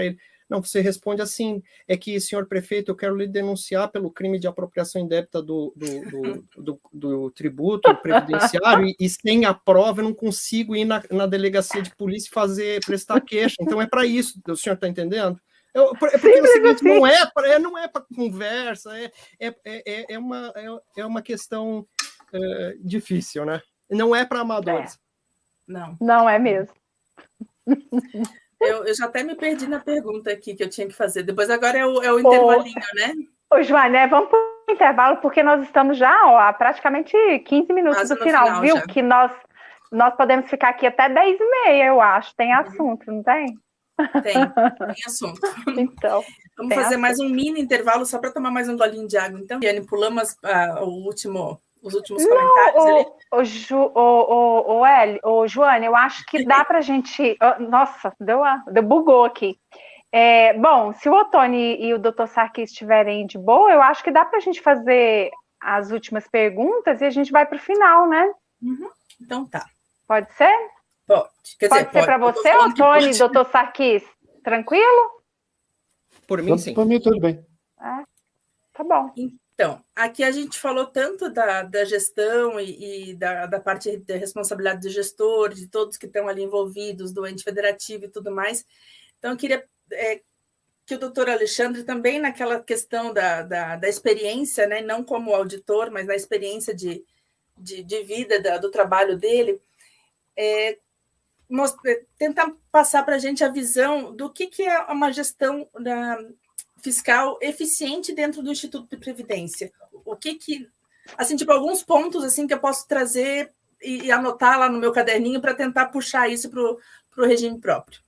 Não, você responde assim, é que, senhor prefeito, eu quero lhe denunciar pelo crime de apropriação indébita do, do, do, do, do tributo previdenciário e, e sem a prova eu não consigo ir na, na delegacia de polícia e fazer, prestar queixa. Então é para isso, o senhor está entendendo? Eu, é porque é o seguinte, assim. não é para não é para conversa, é, é, é, é, uma, é, é uma questão é, difícil, né? Não é para amadores. É. Não. Não é mesmo. Eu, eu já até me perdi na pergunta aqui que eu tinha que fazer. Depois agora é o, é o intervalinho, ô, né? Ô, Joane, vamos para o intervalo, porque nós estamos já ó, há praticamente quinze minutos Quase do final, final, viu? Já. Que nós, nós podemos ficar aqui até dez e meia, eu acho. Tem assunto, não tem? Tem, tem assunto. Então, vamos fazer assunto. mais um mini intervalo só para tomar mais um golinho de água, então. Yane, pulamos uh, o último... Os últimos não, comentários o, ali. O, Ju, o, o, o, El, o Joane, eu acho que dá para a gente... Nossa, deu, deu bugou aqui. É, bom, se o Ottoni e o doutor Sarkis estiverem de boa, eu acho que dá para a gente fazer as últimas perguntas e a gente vai para o final, né? Uhum. Então tá. Pode ser? Pode. Quer pode dizer, ser para você, Ottoni, doutor Sarkis? Tranquilo? Por mim, sim. Por mim, tudo bem. É, tá bom. Então, aqui a gente falou tanto da, da gestão e, e da, da parte da responsabilidade do gestor, de todos que estão ali envolvidos, do ente federativo e tudo mais. Então, eu queria é, que o doutor Alexandre também, naquela questão da, da, da experiência, né, não como auditor, mas na experiência de, de, de vida da, do trabalho dele, é, mostra, tentar passar para a gente a visão do que, que é uma gestão da fiscal eficiente dentro do Instituto de Previdência. O que que, assim, tipo, alguns pontos assim que eu posso trazer e, e anotar lá no meu caderninho para tentar puxar isso para o regime próprio.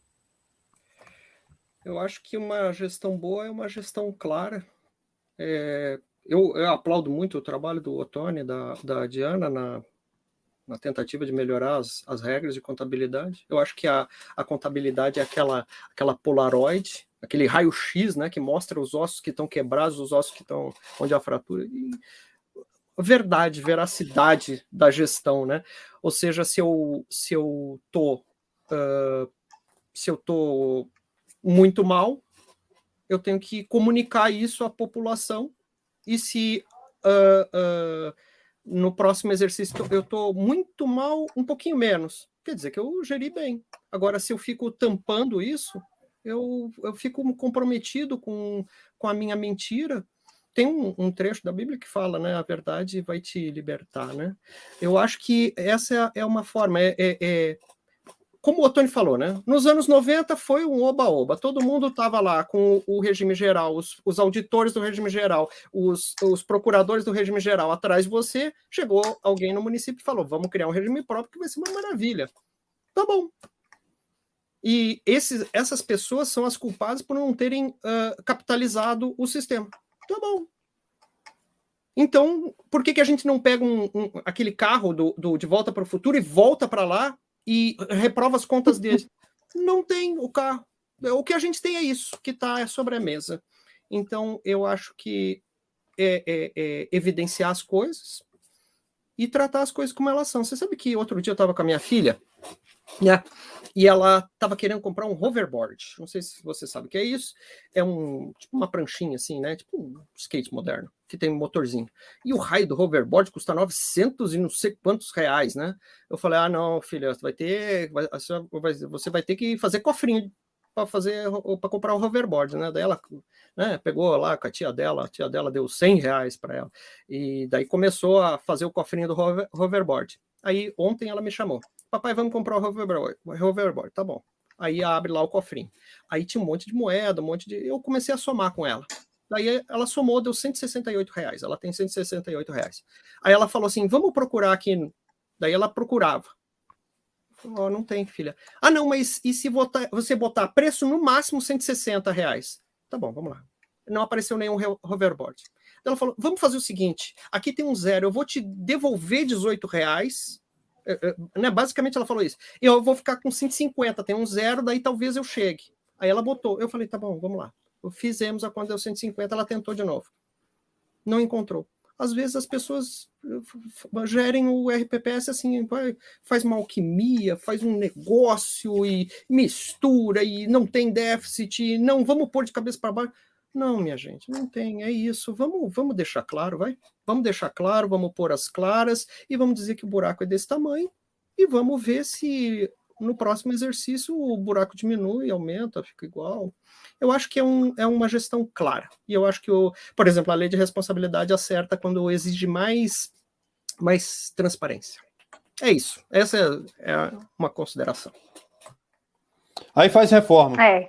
Eu acho que uma gestão boa é uma gestão clara. É, eu, eu aplaudo muito o trabalho do Ottoni, da, da Diana, na, na tentativa de melhorar as, as regras de contabilidade. Eu acho que a, a contabilidade é aquela, aquela Polaroid, aquele raio-x, né, que mostra os ossos que estão quebrados, os ossos que estão onde há fratura, e verdade, veracidade da gestão, né? Ou seja, se eu se eu tô uh, se eu tô muito mal, eu tenho que comunicar isso à população, e se uh, uh, no próximo exercício eu tô muito mal, um pouquinho menos, quer dizer que eu geri bem. Agora, se eu fico tampando isso, Eu, eu fico comprometido com, com a minha mentira. Tem um, um trecho da Bíblia que fala, né, a verdade vai te libertar, né? Eu acho que essa é uma forma, é, é, é, como o Ottoni falou, né? Nos anos noventa foi um oba-oba, todo mundo estava lá com o, o regime geral, os, os auditores do regime geral, os, os procuradores do regime geral atrás de você, chegou alguém no município e falou, vamos criar um regime próprio que vai ser uma maravilha. Tá bom. E esses, essas pessoas são as culpadas por não terem uh, capitalizado o sistema. Tá bom. Então, por que, que a gente não pega um, um, aquele carro do, do De Volta para o Futuro e volta para lá e reprova as contas deles? Não tem o carro. O que a gente tem é isso, que está sobre a mesa. Então, eu acho que é, é, é evidenciar as coisas e tratar as coisas como elas são. Você sabe que outro dia eu estava com a minha filha, né? E ela estava querendo comprar um hoverboard. Não sei se você sabe o que é isso. É um, tipo uma pranchinha assim, né? Tipo um skate moderno, que tem um motorzinho. E o raio do hoverboard custa novecentos e não sei quantos reais, né? Eu falei, ah, não, filha, você vai ter, vai, você vai ter que fazer cofrinho para fazer, para comprar um hoverboard, né? Daí ela, né, pegou lá com a tia dela, a tia dela deu cem reais para ela. E daí começou a fazer o cofrinho do hover, hoverboard. Aí ontem ela me chamou. Papai, vamos comprar o hoverboard. hoverboard. Tá bom. Aí abre lá o cofrinho. Aí tinha um monte de moeda, um monte de... Eu comecei a somar com ela. Daí ela somou, deu cento e sessenta e oito reais. Ela tem cento e sessenta e oito reais. Aí ela falou assim, vamos procurar aqui. Daí ela procurava. Oh, não tem, filha. Ah, não, mas e se botar, você botar preço no máximo cento e sessenta reais? Tá bom, vamos lá. Não apareceu nenhum hoverboard. Ela falou, vamos fazer o seguinte, aqui tem um zero, eu vou te devolver dezoito reais... Né, basicamente ela falou isso, eu vou ficar com cento e cinquenta, tem um zero, daí talvez eu chegue. Aí ela botou, eu falei, tá bom, vamos lá. Fizemos a conta, deu cento e cinquenta, ela tentou de novo, não encontrou. às vezes as pessoas gerem o R P P S assim, faz uma alquimia, faz um negócio e mistura e não tem déficit, e não, vamos pôr de cabeça para baixo. Não, minha gente, não tem, é isso. Vamos, vamos deixar claro, vai? Vamos deixar claro, vamos pôr as claras e vamos dizer que o buraco é desse tamanho e vamos ver se no próximo exercício o buraco diminui, aumenta, fica igual. Eu acho que é, um, é uma gestão clara. E eu acho que, o, por exemplo, a lei de responsabilidade acerta quando exige mais, mais transparência. É isso. Essa é, é uma consideração. Aí faz reforma. É.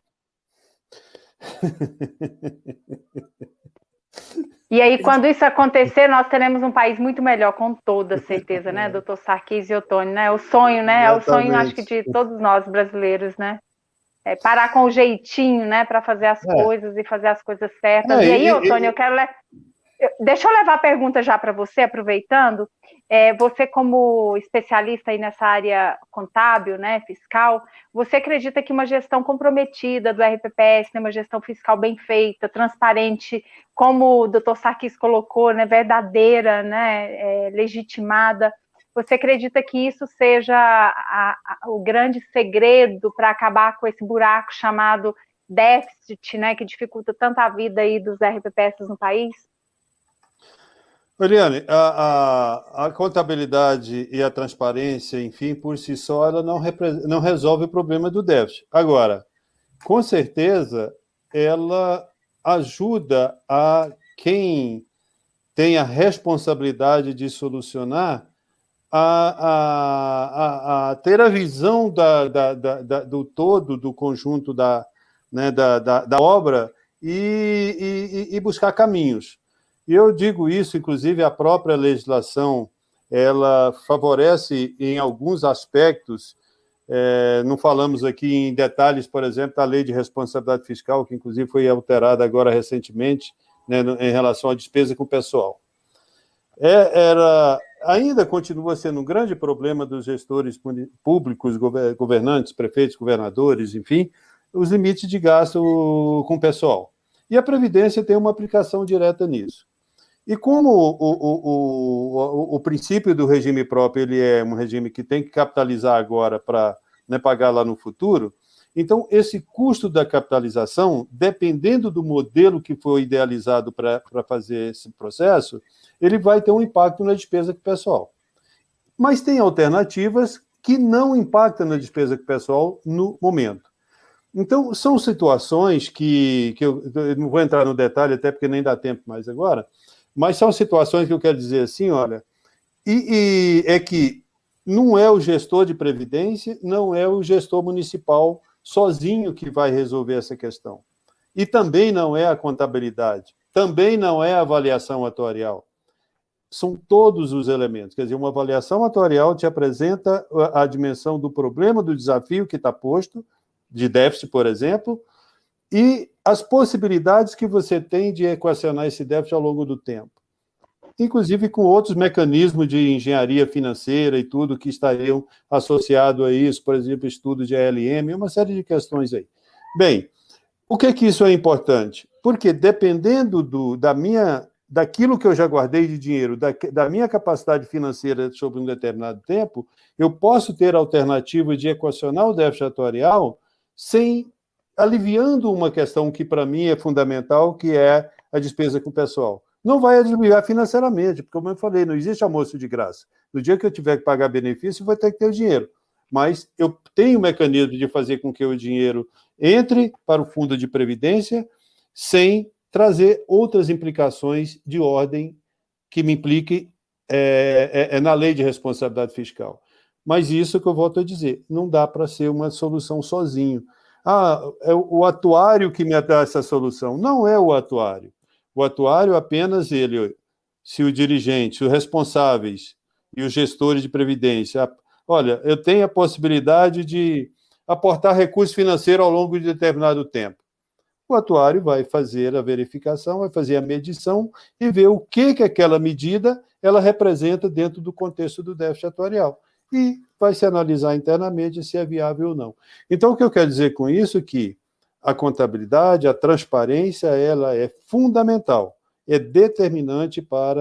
E aí, quando isso acontecer, nós teremos um país muito melhor, com toda certeza, né, doutor Sarkis e Ottoni, né? O sonho, né? É o sonho, acho que, de todos nós brasileiros, né? É parar com o jeitinho, né, para fazer as é. coisas e fazer as coisas certas. É, e aí, Ottoni, eu quero... Le... Deixa eu levar a pergunta já para você, aproveitando. É, você, como especialista aí nessa área contábil, né, fiscal, você acredita que uma gestão comprometida do R P P S, né, uma gestão fiscal bem feita, transparente, como o doutor Sarkis colocou, né, verdadeira, né, é, legitimada, você acredita que isso seja a, a, o grande segredo para acabar com esse buraco chamado déficit, né, que dificulta tanto a vida aí dos R P P S no país? Eliane, a, a, a contabilidade e a transparência, enfim, por si só, ela não, não resolve o problema do déficit. Agora, com certeza, ela ajuda a quem tem a responsabilidade de solucionar a, a, a, a ter a visão da, da, da, da, do todo, do conjunto da, né, da, da, da obra e, e, e buscar caminhos. E eu digo isso, inclusive, a própria legislação, ela favorece em alguns aspectos, é, não falamos aqui em detalhes, por exemplo, da lei de responsabilidade fiscal, que inclusive foi alterada agora recentemente, né, em relação à despesa com o pessoal. É, era, ainda continua sendo um grande problema dos gestores públicos, governantes, prefeitos, governadores, enfim, os limites de gasto com o pessoal. E a Previdência tem uma aplicação direta nisso. E como o, o, o, o, o princípio do regime próprio ele é um regime que tem que capitalizar agora para, né, pagar lá no futuro, então esse custo da capitalização, dependendo do modelo que foi idealizado para fazer esse processo, ele vai ter um impacto na despesa com o pessoal. Mas tem alternativas que não impactam na despesa com o pessoal no momento. Então, são situações que, que eu, eu não vou entrar no detalhe, até porque nem dá tempo mais agora, mas são situações que eu quero dizer assim, olha, e, e é que não é o gestor de previdência, não é o gestor municipal sozinho que vai resolver essa questão. E também não é a contabilidade, também não é a avaliação atuarial. São todos os elementos. Quer dizer, uma avaliação atuarial te apresenta a, a dimensão do problema, do desafio que está posto, de déficit, por exemplo, e as possibilidades que você tem de equacionar esse déficit ao longo do tempo. Inclusive com outros mecanismos de engenharia financeira e tudo que estariam associados a isso, por exemplo, estudo de A L M, uma série de questões aí. Bem, o que que isso é importante? Porque dependendo do, da minha, daquilo que eu já guardei de dinheiro, da, da minha capacidade financeira sobre um determinado tempo, eu posso ter alternativa de equacionar o déficit atuarial sem aliviando uma questão que para mim é fundamental, que é a despesa com o pessoal. Não vai aliviar financeiramente, porque como eu falei, não existe almoço de graça. No dia que eu tiver que pagar benefício, eu vou ter que ter o dinheiro. Mas eu tenho um mecanismo de fazer com que o dinheiro entre para o fundo de previdência sem trazer outras implicações de ordem que me implique é, é, é na lei de responsabilidade fiscal. Mas isso que eu volto a dizer, não dá para ser uma solução sozinho. Ah, é o atuário que me dá essa solução. Não é o atuário. O atuário apenas ele, se o dirigente, os responsáveis e os gestores de previdência, olha, eu tenho a possibilidade de aportar recurso financeiro ao longo de determinado tempo. O atuário vai fazer a verificação, vai fazer a medição e ver o que, que aquela medida ela representa dentro do contexto do déficit atuarial. E vai se analisar internamente se é viável ou não. Então, o que eu quero dizer com isso é que a contabilidade, a transparência, ela é fundamental, é determinante para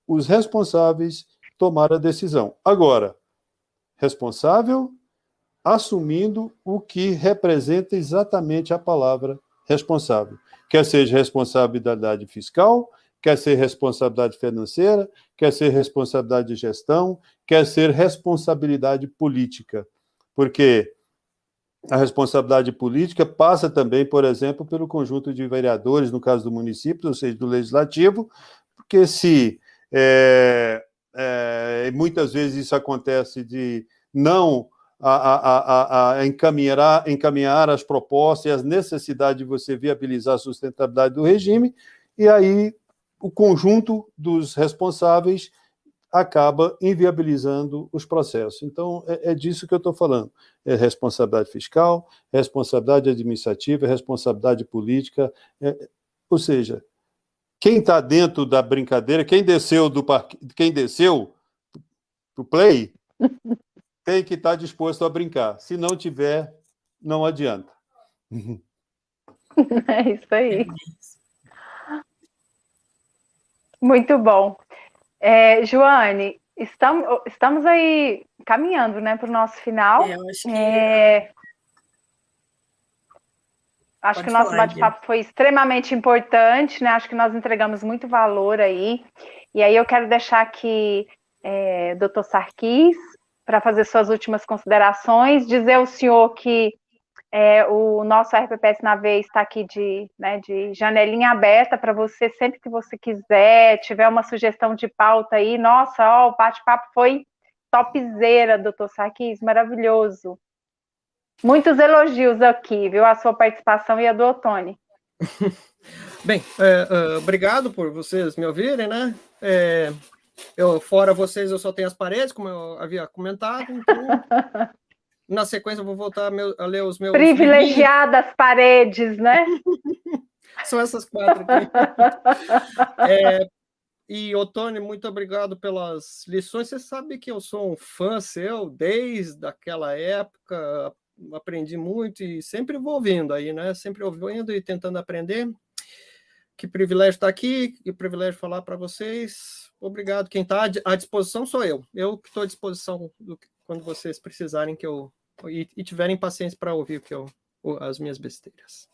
os responsáveis tomar a decisão. Agora, responsável assumindo o que representa exatamente a palavra responsável. Quer seja responsabilidade fiscal, quer ser responsabilidade financeira, quer ser responsabilidade de gestão, quer ser responsabilidade política. Porque a responsabilidade política passa também, por exemplo, pelo conjunto de vereadores, no caso do município, ou seja, do legislativo, porque se é, é, muitas vezes isso acontece de não a, a, a, a encaminhar, encaminhar as propostas e as necessidades de você viabilizar a sustentabilidade do regime, e aí o conjunto dos responsáveis acaba inviabilizando os processos. Então, é, é disso que eu estou falando. É responsabilidade fiscal, responsabilidade administrativa, responsabilidade política, é, ou seja, quem está dentro da brincadeira, quem desceu do parque, quem desceu do play, tem que estar disposto a brincar. Se não tiver, não adianta. É isso aí. Muito bom. É, Joane, estamos, estamos aí caminhando, né, para o nosso final. É, eu acho que, é... acho que o nosso bate-papo foi extremamente importante, né? Acho que nós entregamos muito valor aí. E aí eu quero deixar aqui é, doutor Sarkis para fazer suas últimas considerações, dizer ao senhor que é, o nosso R P P S na Veia está aqui de, né, de janelinha aberta para você, sempre que você quiser, tiver uma sugestão de pauta aí. Nossa, ó, o bate-papo foi topzera, doutor Sarkis, maravilhoso. Muitos elogios aqui, viu, a sua participação e a do Ottoni. Bem, é, é, obrigado por vocês me ouvirem, né? É, eu, fora vocês, eu só tenho as paredes, como eu havia comentado, então... Na sequência, eu vou voltar a, meu, a ler os meus... Privilegiadas livrinhos. Paredes, né? São essas quatro aqui. É, e, Ottoni, muito obrigado pelas lições. Você sabe que eu sou um fã seu desde aquela época, aprendi muito e sempre vou ouvindo aí, né? Sempre ouvindo e tentando aprender. Que privilégio estar aqui, que privilégio falar para vocês. Obrigado. Quem está à disposição sou eu. Eu que estou à disposição do quando vocês precisarem que eu e, e tiverem paciência para ouvir que eu, as minhas besteiras.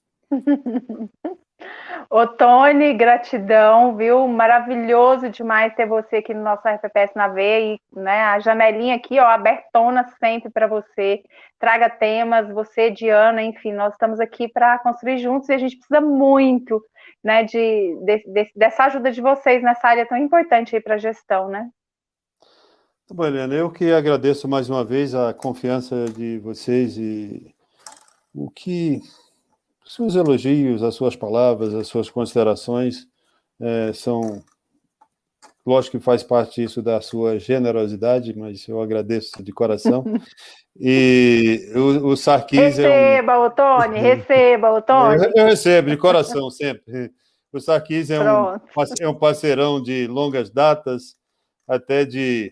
Ottoni, gratidão, viu? Maravilhoso demais ter você aqui no nosso R P P S na Veia, e, né, a janelinha aqui, ó, abertona sempre para você. Traga temas, você, Diana, enfim, nós estamos aqui para construir juntos e a gente precisa muito, né, de, de, de dessa ajuda de vocês nessa área tão importante aí para a gestão, né? Bom, Helena, eu que agradeço mais uma vez a confiança de vocês e o que os seus elogios, as suas palavras, as suas considerações é, são, lógico que faz parte isso da sua generosidade, mas eu agradeço de coração. E o, o Sarkis receba, é um... Ottoni, receba, Ottoni. Eu, eu recebo de coração sempre. O Sarkis é um, é um parceirão de longas datas, até de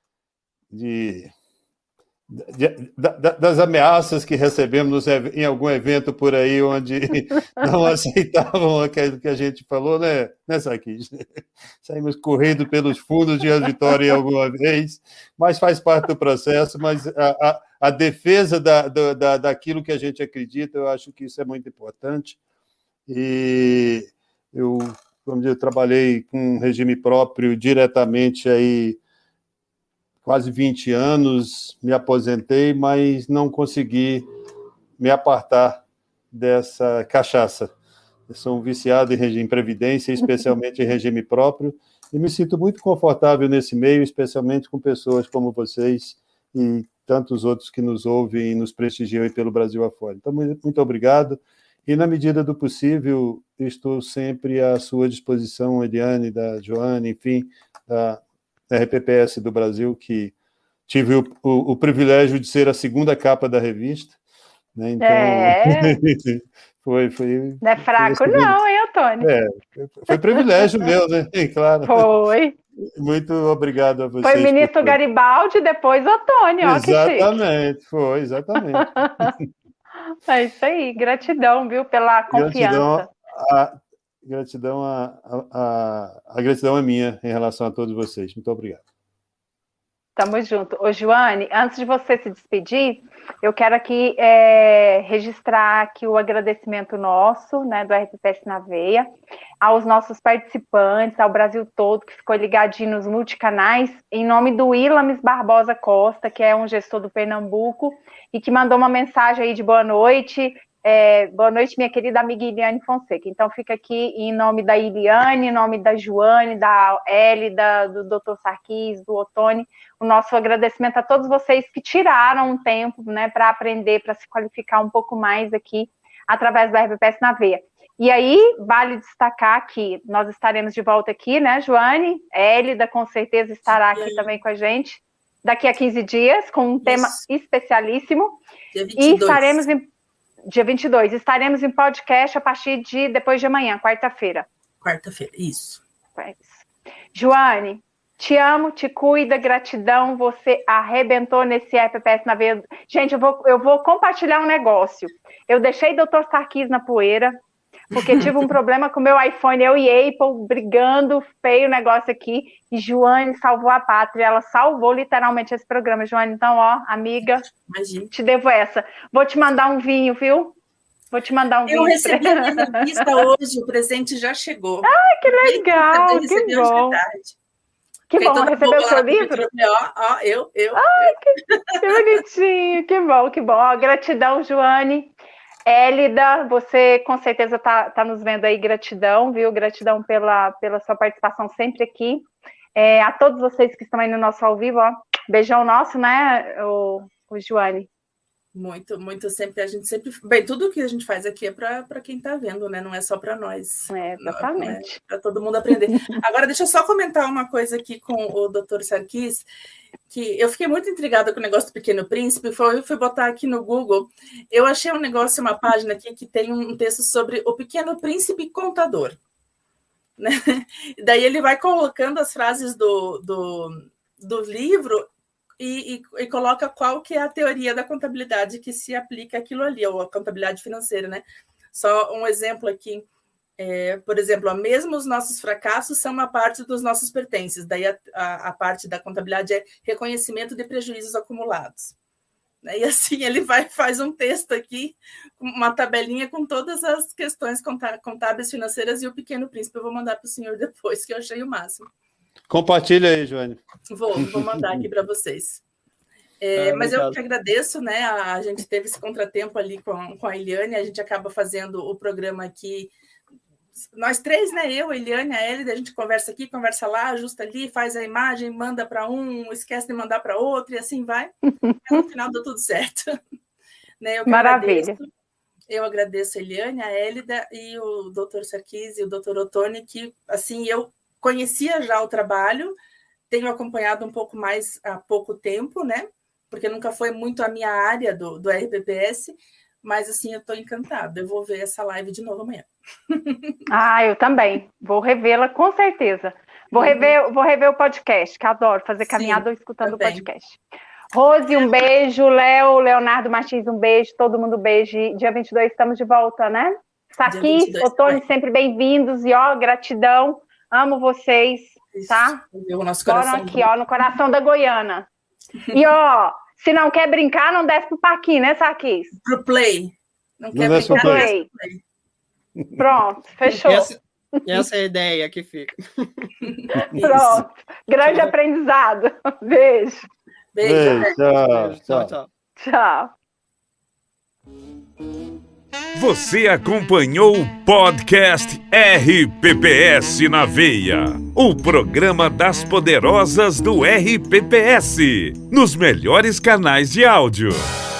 De, de, de, das ameaças que recebemos em algum evento por aí onde não aceitavam aquilo que a gente falou, né, né Sarkis? Saímos correndo pelos fundos de Vitória alguma vez, mas faz parte do processo, mas a, a, a defesa da, da, daquilo que a gente acredita, eu acho que isso é muito importante. E eu, como eu trabalhei com um regime próprio diretamente aí quase vinte anos, me aposentei, mas não consegui me apartar dessa cachaça. Eu sou um viciado em regime de previdência, especialmente em regime próprio, e me sinto muito confortável nesse meio, especialmente com pessoas como vocês e tantos outros que nos ouvem e nos prestigiam aí pelo Brasil afora. Então, muito obrigado, e na medida do possível, estou sempre à sua disposição, Eliane, da Joane, enfim, da R P P S do Brasil, que tive o, o, o privilégio de ser a segunda capa da revista, né? Então, é. foi, foi... Não é fraco foi não, hein, Ottoni? É, foi privilégio meu, né? Claro. Foi. Muito obrigado a vocês. Foi ministro por... Garibaldi, depois Ottoni, ó, exatamente, que foi, exatamente. É isso aí, gratidão, viu, pela confiança. Gratidão a... Gratidão a, a, a gratidão é minha em relação a todos vocês. Muito obrigado. Tamo junto. Ô, Joane, antes de você se despedir, eu quero aqui é, registrar aqui o agradecimento nosso, né, do R P P S na Veia, aos nossos participantes, ao Brasil todo, que ficou ligadinho nos multicanais, em nome do Ilames Barbosa Costa, que é um gestor do Pernambuco, e que mandou uma mensagem aí de boa noite. É, boa noite, minha querida amiga Iliane Fonseca. Então, fica aqui em nome da Iliane, em nome da Joane, da Hélida, do doutor Sarquis, do Otone, o nosso agradecimento a todos vocês que tiraram um tempo, né, para aprender, para se qualificar um pouco mais aqui, através do R P P S na Veia. E aí, vale destacar que nós estaremos de volta aqui, né, Joane? Hélida, com certeza, estará aqui também com a gente, daqui a quinze dias, com um Isso. tema especialíssimo. Dia vinte e dois. E estaremos em Dia vinte e dois, estaremos em podcast a partir de depois de amanhã, quarta-feira. Quarta-feira, isso. Joane, te amo, te cuida, gratidão, você arrebentou nesse R P P S na Veia. Gente, eu vou, eu vou compartilhar um negócio. Eu deixei o doutor Sarquis na poeira, porque tive um problema com o meu iPhone, eu e Apple brigando, feio o negócio aqui, e Joane salvou a pátria, ela salvou literalmente esse programa. Joane, então, ó, amiga, Imagina. Te devo essa. Vou te mandar um vinho, viu? Vou te mandar um eu vinho. Eu recebi a minha revista hoje, o presente já chegou. Ai, que legal, que bom. Que bom, recebeu o seu livro? Ó, ó, eu, eu. Ai, eu. Que, que bonitinho, que bom, que bom. Ó, gratidão, Joane. Hélida, você com certeza está tá nos vendo aí, gratidão, viu? Gratidão pela, pela sua participação sempre aqui. É, a todos vocês que estão aí no nosso ao vivo, ó, beijão nosso, né, o, o Joane? Muito, muito, sempre, a gente sempre... Bem, tudo que a gente faz aqui é para quem está vendo, né? Não é só para nós. É, exatamente. É para todo mundo aprender. Agora, deixa eu só comentar uma coisa aqui com o doutor Sarquis, que eu fiquei muito intrigada com o negócio do Pequeno Príncipe, foi, fui botar aqui no Google, eu achei um negócio, uma página aqui que tem um texto sobre o Pequeno Príncipe Contador. Né? Daí ele vai colocando as frases do, do, do livro e, e, e coloca qual que é a teoria da contabilidade que se aplica àquilo ali, ou a contabilidade financeira, né? Só um exemplo aqui. É, por exemplo, ó, mesmo os nossos fracassos são uma parte dos nossos pertences. Daí a, a, a parte da contabilidade é reconhecimento de prejuízos acumulados. Né? E assim ele vai faz um texto aqui, uma tabelinha com todas as questões contábeis financeiras e o Pequeno Príncipe. Eu vou mandar para o senhor depois, que eu achei o máximo. Compartilha aí, Joane. Vou, vou mandar aqui para vocês. É, ah, mas eu que agradeço, né? A, a gente teve esse contratempo ali com, com a Eliane, a gente acaba fazendo o programa aqui. Nós três, né? Eu, a Eliane, a Hélida, a gente conversa aqui, conversa lá, ajusta ali, faz a imagem, manda para um, esquece de mandar para outro, e assim vai. Mas no final deu tudo certo. Né? Eu Maravilha. Agradeço, eu agradeço a Eliane, a Hélida e o doutor Sarquis e o doutor Otone, que, assim, eu conhecia já o trabalho, tenho acompanhado um pouco mais há pouco tempo, né? Porque nunca foi muito a minha área do, do R P P S, mas, assim, eu estou encantada. Eu vou ver essa live de novo amanhã. Ah, eu também. Vou revê-la, com certeza. Vou, uhum. rever, vou rever o podcast, que adoro fazer caminhada ou escutando também. O podcast. Rose, um beijo. Léo, Leonardo Martins, um beijo. Todo mundo, um beijo. Dia vinte e dois estamos de volta, né? Sarquis, Otone, sempre bem-vindos. E, ó, gratidão. Amo vocês, Isso. tá? O nosso coração. Moram aqui, ó, no coração da Goiânia. E, ó, se não quer brincar, não desce pro parquinho, né, Sarquis? Pro play. Não, não quer brincar, pro play. play. Pronto, fechou. Essa, essa é a ideia que fica. Pronto. Grande tchau. Aprendizado. Beijo. Beijo. Beijo. Tchau, tchau, tchau. Tchau. Você acompanhou o podcast R P P S na Veia, o programa das poderosas do R P P S, nos melhores canais de áudio.